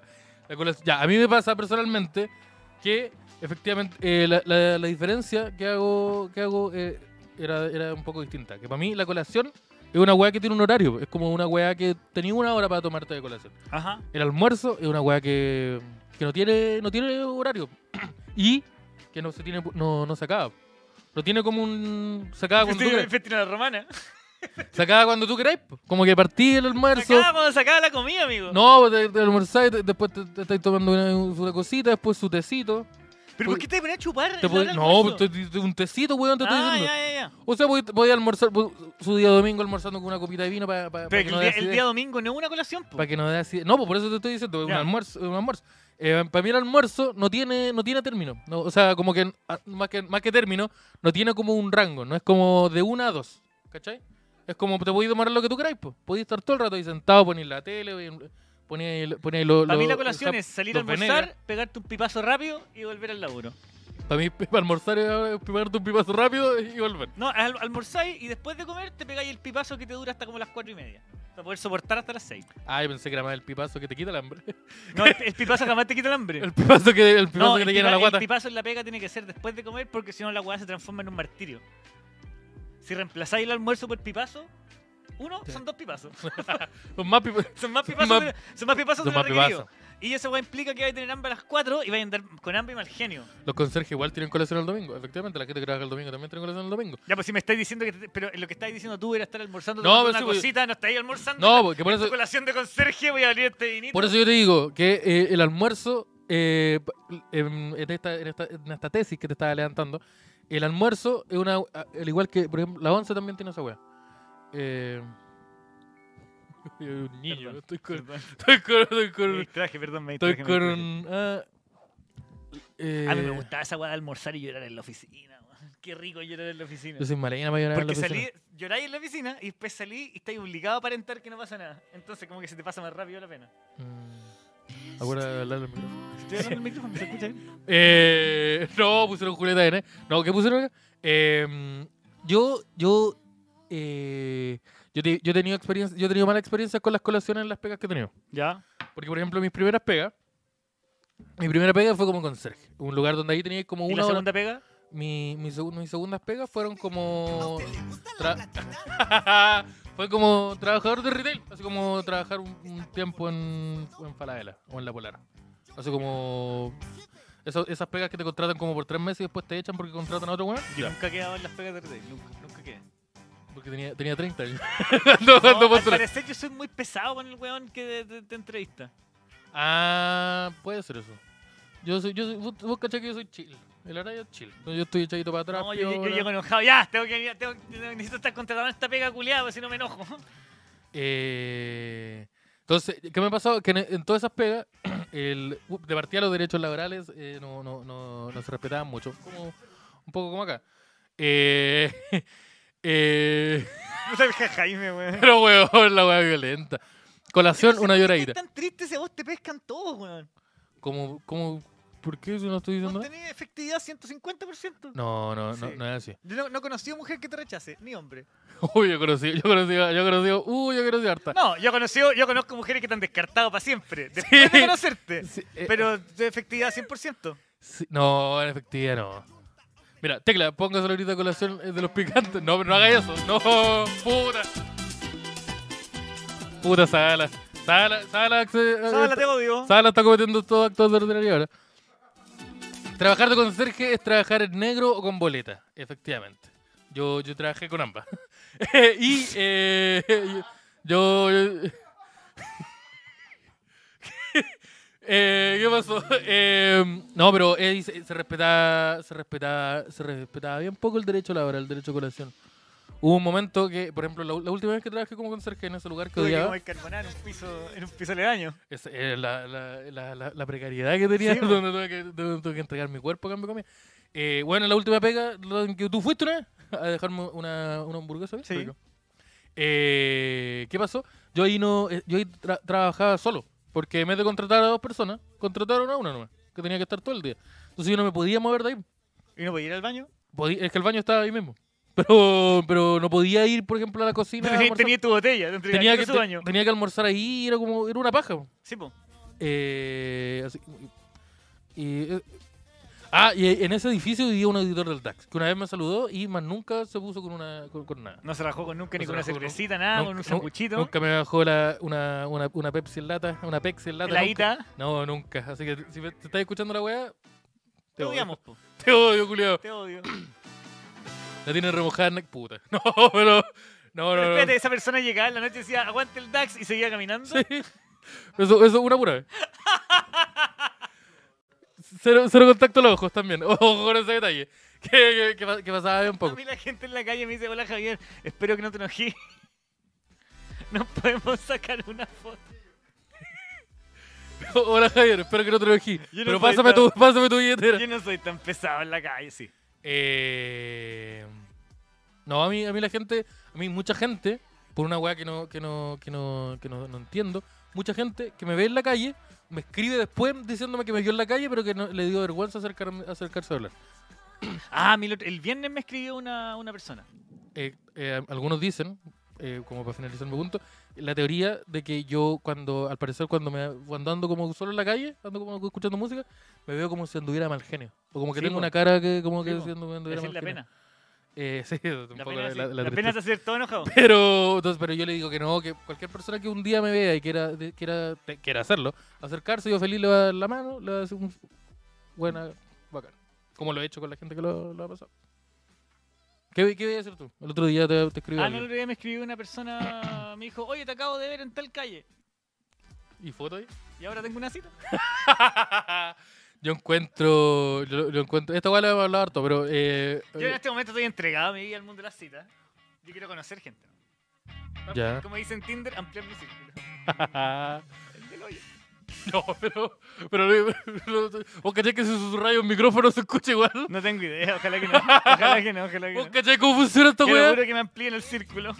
Ya, a mí me pasa personalmente que efectivamente la diferencia que hago era un poco distinta. Que para mí la colación es una weá que tiene un horario. Es como una weá que tenía una hora para tomarte de colación. Ajá. El almuerzo es una weá que no tiene horario. Y que no se acaba. No tiene como un... Se acaba cuando tú queráis. Festina la romana. Se acaba cuando tú queráis. Como que partí el almuerzo. Se acaba cuando se acaba la comida, amigo. No, te almorzáis, después te estáis tomando una cosita, después su tecito. ¿Pero por qué te pones a chupar? No, un tecito, weón, te estoy diciendo. Ya. O sea, voy a almorzar su día domingo almorzando con una copita de vino para Pero que no dé el acidez. día domingo no es una colación, po. Para que no dé acidez. No, pues por eso te estoy diciendo, es un Ya. almuerzo. Para mí el almuerzo no tiene término. No, o sea, como que más que término, no tiene como un rango. No es como de 1 a 2. ¿Cachai? Es como te podéis tomar lo que tú queráis, pues. Podéis estar todo el rato ahí sentado, poner la tele, poner lo. Para mí la colación es salir a los almorzar, venegas. pegarte un pipazo rápido y volver al laburo. Para mí, para almorzar es pegarte un pipazo rápido y volver. No, almorzáis y después de comer te pegáis el pipazo que te dura hasta como las 4:30. Para poder soportar hasta las 6. Ah, yo pensé que era más el pipazo que te quita el hambre. No, el pipazo jamás te quita el hambre. El pipazo que No, te llena la guata. El pipazo en la pega tiene que ser después de comer porque si no la weá se transforma en un martirio. Si reemplazáis el almuerzo por pipazo, son 2 pipazos. Son más pipazos. Son más pipazos Más- de lo son más requerido. pipazos. Y esa weá implica que vais a tener hambre a las 4 y vais a andar con hambre y mal genio. Los conserjes igual tienen colación el domingo. Efectivamente, la gente que trabaja el domingo también tiene colación el domingo. Ya, pues si me estáis diciendo que... pero lo que estáis diciendo tú era estar almorzando, No, tomando pero una sí, pues- cosita, no estáis almorzando. No, porque por en tu eso, colación de conserje voy a abrir este vinito. por eso yo te digo que el almuerzo, en esta tesis que te estaba levantando, el almuerzo es al igual que, por ejemplo, la once también tiene esa weá. Un niño, Perdón, estoy con... Perdón. Estoy Me con... distraje, perdón, me Estoy distraje. con me distraje. un... A mí me gustaba esa weá de almorzar y llorar en la oficina. weón. Qué rico llorar en la oficina. Yo soy maleña para llorar en la Porque oficina. lloráis en la oficina y después salí y estáis obligado a aparentar que no pasa nada. Entonces como que se te pasa más rápido la pena. Acuérdate de hablar al micrófono. Estoy hablando el micrófono, ¿se escucha bien? No, pusieron Julieta N. No, ¿qué pusieron acá? Yo he tenido experiencia, yo he tenido mala experiencia con las colaciones en las pegas que he tenido. Ya. Porque, por ejemplo, mi primera pega fue como conserje. Un lugar donde ahí tenía como ¿Y una la hora. segunda pega? Mis segundas pegas fueron como... fue como trabajador de retail. Así como trabajar un tiempo en Falabella o en La Polar. Así como... Esas pegas que te contratan como por 3 meses y después te echan porque contratan a otro weón. Yo nunca he quedado en las pegas de retail. Nunca quedé. Porque tenía 30 años. Cuando Al postulé. parecer yo soy muy pesado con el weón que te entrevista. Ah, puede ser eso. Vos cachai que yo soy chill. El horario es chill. Yo estoy echadito para atrás. No, yo piola. llego enojado. Ya, necesito estar contratado en esta pega culiada, porque si no me enojo. Entonces, ¿qué me ha pasado? Que en todas esas pegas, de partida los derechos laborales no se respetaban mucho. Como, un poco como acá. No sabes Jaime, weón. Pero, weón, la weá violenta. Colación, una lloradita. Es tan triste si a vos te pescan todos, weón. ¿Cómo? ¿Por qué eso no estoy diciendo Vos nada? tenés efectividad 150%. No Sí. es así. Yo no he conocido mujer que te rechace, ni hombre. Uy, yo conocí harta. No, yo conozco mujeres que te han descartado para siempre, después de conocerte. Sí, Pero de efectividad 100%. sí, no, en efectividad no. Mira, Tecla, póngase ahorita a colación de los picantes. No, pero no haga eso. No, puta. Puta Sala. Sala te odio. Sala está cometiendo todos actos de ordinaria ahora. Trabajar de conserje es trabajar en negro o con boleta, efectivamente. Yo trabajé con ambas. Y yo ¿qué pasó? No, pero se respetaba bien poco el derecho laboral, el derecho a colación. Hubo un momento que, por ejemplo, la última vez que trabajé como conserje en ese lugar que Tuve que odiaba, comer carbonara en un piso aledaño. la precariedad que tenía, Sí, donde tuve que entregar mi cuerpo a cambio de comida. Bueno, la última pega, en que tú fuiste una vez a dejarme una hamburguesa. ¿Ves? Sí. Rico. ¿Qué pasó? Yo ahí trabajaba solo, porque en vez de contratar a 2 personas, contrataron a una nomás, que tenía que estar todo el día. Entonces yo no me podía mover de ahí. ¿Y no podía ir al baño? Es que el baño estaba ahí mismo. Pero no podía ir, por ejemplo, a la cocina. a almorzar. Tenía tu botella, te entregaste su baño. Tenía que almorzar ahí, era una paja. Sí, po. Y en ese edificio vivía un auditor del DAX, que una vez me saludó y más nunca se puso con nada. No se rajó con nunca, No ni se con una rajó con cervecita, nada, con un sanguchito. Nunca me bajó una Pepsi en lata, una Pepsi en lata. La nunca. ita. No, nunca. Así que si te estás escuchando la weá, Te odiamos, po. Te odio, culiao. Te odio. La tiene remojada en puta. No, pero... No, Pero no, no. espérate, esa persona llegaba en la noche y decía, aguante el DAX, y seguía caminando. Sí. Eso una pura vez. Cero contacto a los ojos también. Ojo con ese detalle. Que pasaba bien un A poco. mí la gente en la calle me dice, hola Javier, espero que no te enojes. Nos podemos sacar una foto. Hola Javier, espero que no te lo dije. Yo no Pero soy pásame tu billetera. Yo no soy tan pesado en la calle, sí. No, a mí la gente, a mí mucha gente, por una weá que no entiendo, mucha gente que me ve en la calle, me escribe después diciéndome que me vio en la calle, pero que no, le dio vergüenza acercarse a hablar. Ah, el viernes me escribió una persona. Algunos dicen, como para finalizar mi punto, la teoría de que yo cuando ando como solo en la calle, ando como escuchando música, me veo como si anduviera mal genio. O como que Sí, tengo po. una cara que como Sí, que po. si anduviera Esa mal es la genio. pena. Sí, un La poco pena, sí. la La pena tristeza. es hacer todo enojado. Pero yo le digo que no, que cualquier persona que un día me vea y quiera hacerlo, acercarse, yo feliz le va a dar la mano, le va a decir buena, bacán. Como lo he hecho con la gente que lo ha pasado. ¿Qué voy a hacer tú? El otro día te escribí Ah, no, el alguien. otro día me escribió una persona, me dijo, oye, te acabo de ver en tal calle. ¿Y foto ahí? Y ahora tengo una cita. Yo encuentro... Esta weá la hemos hablado harto, pero... Yo en este momento estoy entregado a mi vida al mundo de las citas. Yo quiero conocer gente. Ya. Como dice en Tinder, ampliar mi círculo. El del hoyo. No, pero ¿vos cachai que si susurráis un micrófono se escucha igual? No tengo idea, ojalá que no. Ojalá que no, ojalá que ¿Vos no. cachai cómo funciona esta Quiero weá? juro que me amplíen el círculo.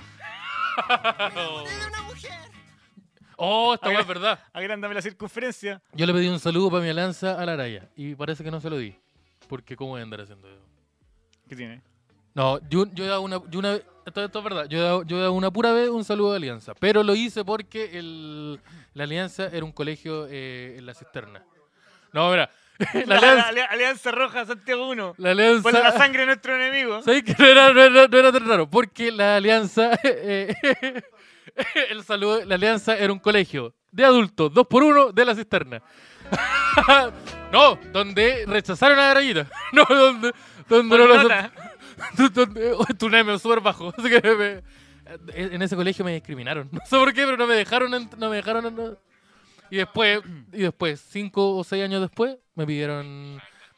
Oh, esta weá es verdad. Agrándame la circunferencia. Yo le pedí un saludo para mi alianza a la Araya y parece que no se lo di. Porque ¿cómo voy a andar haciendo eso? ¿Qué tiene? No, yo he dado esto es verdad, yo he dado una pura vez un saludo de alianza, pero lo hice porque la alianza era un colegio en la cisterna. No, mira, la alianza, Alianza Roja Santiago 1. la alianza, Ponle la sangre a nuestro enemigo. ¿sabes que no era tan raro? Porque la alianza, la alianza era un colegio de adultos, 2x1 de la cisterna. No, donde rechazaron a Arayita. No, donde Por no lo nota. tu name es súper bajo. Así que en ese colegio me discriminaron. No sé por qué, pero no me dejaron. Y después, 5 o 6 años después, me pidieron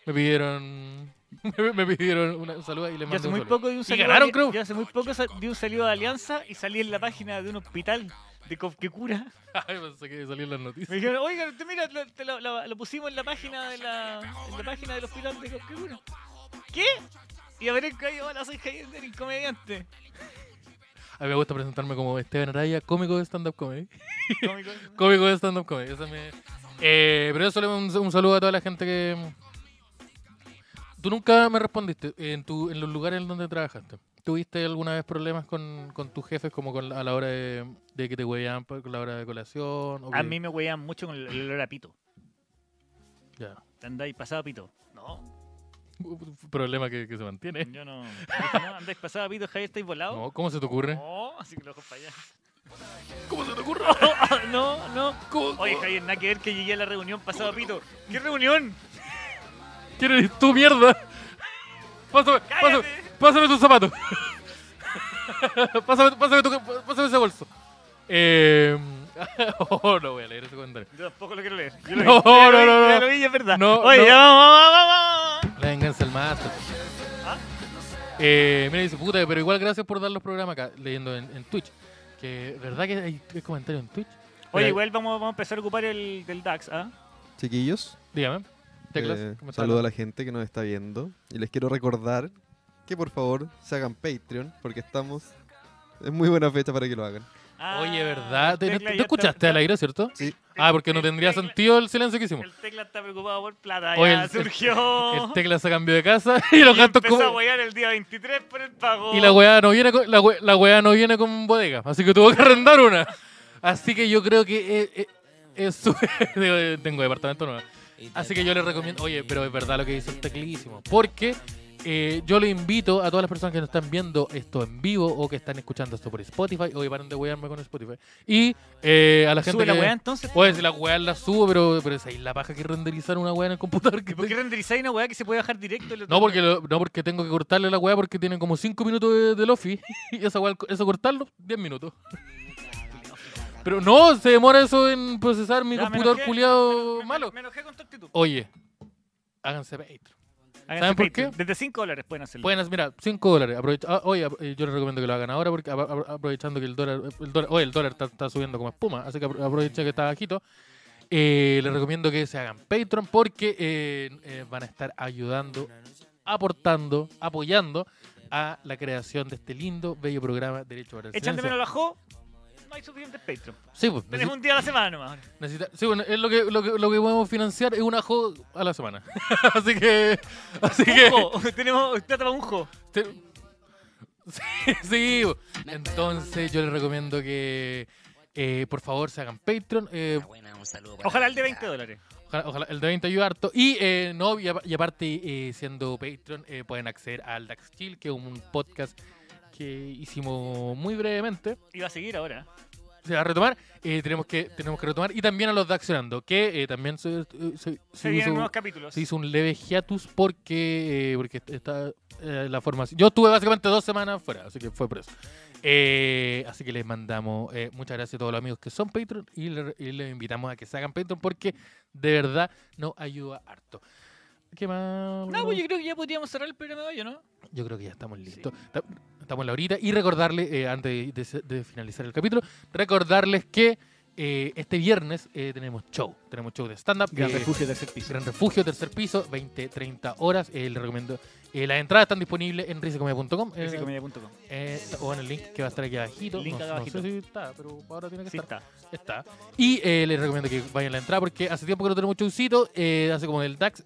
un saludo y les Yo mandé hace un muy saludo. poco di un Y saludo. ganaron, creo. Yo hace muy poco di un saludo de Alianza y salí en la página de un hospital de Cofquecura. Ay, pensé que salían las Me noticias. dijeron, oiga, mira, lo pusimos en la página del hospital de Cofquecura. ¿Qué? Y a ver, hola, soy Javier, el comediante. A mí me gusta presentarme como Esteban Araya, cómico de stand-up comedy. Cómico. Cómico de stand-up comedy. Pero eso le un saludo a toda la gente que... Tú nunca me respondiste en los lugares en donde trabajaste. ¿Tuviste alguna vez problemas con tus jefes como a la hora de que te hueveaban con la hora de colación? A mí me hueían mucho con el olor a pito. Ya. Andáis pasado a pito. No, Problema que se mantiene. yo no. Dije, no, andáis pasado a pito, Javier, ¿estáis volado? No, ¿cómo se te ocurre? No, así que los ojos para allá. ¿Cómo se te ocurre? No. ¿Cómo? Oye, Javier, nada que ver que llegué a la reunión pasado a pito. ¿Qué reunión? ¿Quién eres tú, mierda? ¡Cállate! Pásame tus zapatos. Pásame ese bolso. No voy a leer ese comentario. Yo tampoco lo quiero leer. Yo No, Ya lo vi, es verdad. No, Oye, no. ya vamos. La venganza del master. ¿Ah? Mira, dice, puta, pero igual gracias por dar los programas acá, leyendo en Twitch. Que, ¿verdad que hay comentarios en Twitch? Oye, Mira, igual vamos a empezar a ocupar el del DAX, ¿ah? Chiquillos, Dígame. Teclas. ¿cómo está? saludo a la gente que nos está viendo y les quiero recordar que por favor se hagan Patreon porque es muy buena fecha para que lo hagan. Oye, ¿verdad? ¿Te Tecla ya escuchaste está- al aire, cierto? Sí, Ah, porque no el tendría Tecla- sentido el silencio que hicimos. El Tecla está preocupado por plata. Oye, Ya surgió. El Tecla se cambió de casa y los Y gastos empezó a como... huear el día 23 por el pago. Y la weá no viene con, la weá no viene con bodega, así que tuvo que arrendar una. Así que yo creo que tengo departamento nuevo. Así que yo les recomiendo, oye, pero es verdad lo que dice el teclísimo, porque yo le invito a todas las personas que nos están viendo esto en vivo o que están escuchando esto por Spotify, oye, paren de wearme con Spotify, y a la gente ¿Sube la que... weá entonces? Pues la weá la subo, pero es ahí la paja que renderizar una weá en el computador. ¿Por qué renderizáis una weá que se puede bajar directo? No, porque tengo que cortarle la weá porque tiene como 5 minutos de Lofi y esa weá, eso cortarlo, 10 minutos. Pero no, se demora eso en procesar mi computador culiado malo. Me enojé con tu actitud. Oye, háganse Patreon. Háganse ¿Saben por Patreon. qué? Desde $5 pueden hacerlo. Buenas, mira, $5. Oye, yo les recomiendo que lo hagan ahora porque aprovechando que el dólar está subiendo como espuma, así que aprovechen que está bajito. Les recomiendo que se hagan Patreon porque van a estar ayudando, aportando, apoyando a la creación de este lindo, bello programa Derecho para el Echan de Silencio. menos la Jo, no hay suficiente Patreon. Sí, pues, Tenemos un día a la semana nomás. sí, bueno, es lo que podemos financiar es una jo a la semana. así que Un Jo, tenemos plata para un Jo. sí. Entonces yo les recomiendo que por favor se hagan Patreon. Ojalá el de $20. Ojalá el de 20 ayude harto. Y aparte, siendo Patreon, pueden acceder al Dax Chill, que es un podcast que hicimos muy brevemente. Y va a seguir ahora. Se va a retomar. Tenemos que retomar. Y también a los Daxionando, que también se vienen nuevos capítulos. se hizo un leve hiatus porque está la formación. Yo estuve básicamente 2 semanas fuera, así que fue por eso. Así que les mandamos muchas gracias a todos los amigos que son Patreon y les invitamos a que se hagan Patreon porque de verdad nos ayuda harto. ¿Qué más? No, pues yo creo que ya podríamos cerrar el programa de hoy, ¿no? Yo creo que ya estamos listos. Estamos en la horita. Y recordarles, antes de finalizar el capítulo, recordarles que este viernes tenemos show. Tenemos show de stand-up. Gran Refugio, tercer piso. Gran Refugio, tercer piso, 20-30 horas. Les recomiendo. Las entradas están disponibles en risicomedia.com Risicomedia.com. o en el link que va a estar aquí abajito. Link acá abajito. No sé si está, pero ahora tiene que Sí, estar. está. Y les recomiendo que vayan a la entrada porque hace tiempo que no tenemos showcito, hace como el DAX,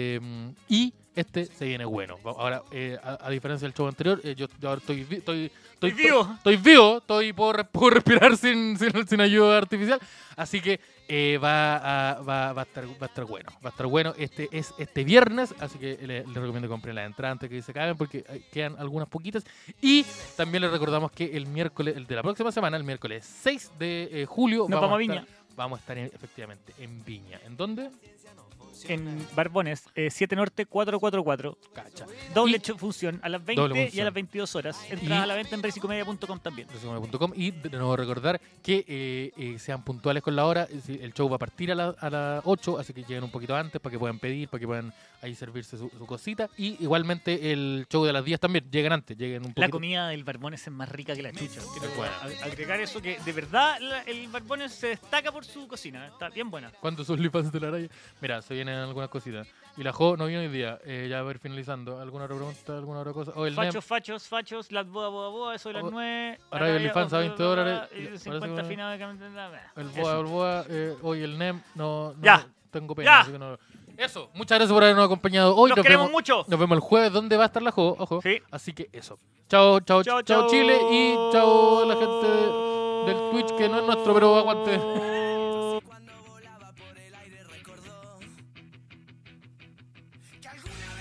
y este se viene bueno. Ahora, a diferencia del show anterior, yo ahora estoy vivo. Estoy vivo, puedo respirar sin ayuda artificial, así que va a estar bueno. Va a estar bueno este viernes, así que les recomiendo que compren la entrada antes que se acaben porque quedan algunas poquitas. Y también les recordamos que el miércoles, el de la próxima semana, el miércoles 6 de julio, vamos a Viña. Vamos a estar efectivamente en Viña. ¿En dónde? En Barbones, 7 Norte 444. Cacha. Doble función a las 20 doble y a función. las 22 horas. Entrada a la venta en risicomedia.com también. Risicomedia.com. Y de nuevo recordar que sean puntuales con la hora. El show va a partir a las 8, así que lleguen un poquito antes para que puedan pedir, para que puedan ahí servirse su cosita. Y igualmente el show de las 10 también, lleguen antes, lleguen un poquito. La comida del Barbones es más rica que la chucha. Quiero buena. agregar eso, que de verdad el Barbones se destaca por su cocina. Está bien buena. ¿Cuántos son lipas de la raya? Mira, se vienen algunas cositas. Y la Jo no vino hoy día. Ya a ver, finalizando. ¿Alguna otra pregunta? ¿Alguna otra cosa? El Fachos, las boa, eso de las 9. Arabia OnlyFans a $20. 50 finales. El boa, hoy el NEM, no Ya. tengo pena. Ya. Así que no. Eso, muchas gracias por habernos acompañado hoy. Nos queremos mucho. Nos vemos el jueves, donde va a estar la Jo, ojo. Sí. Así que eso. Chao Chile y chao a la gente del Twitch, que no es nuestro, pero aguante. Que alguna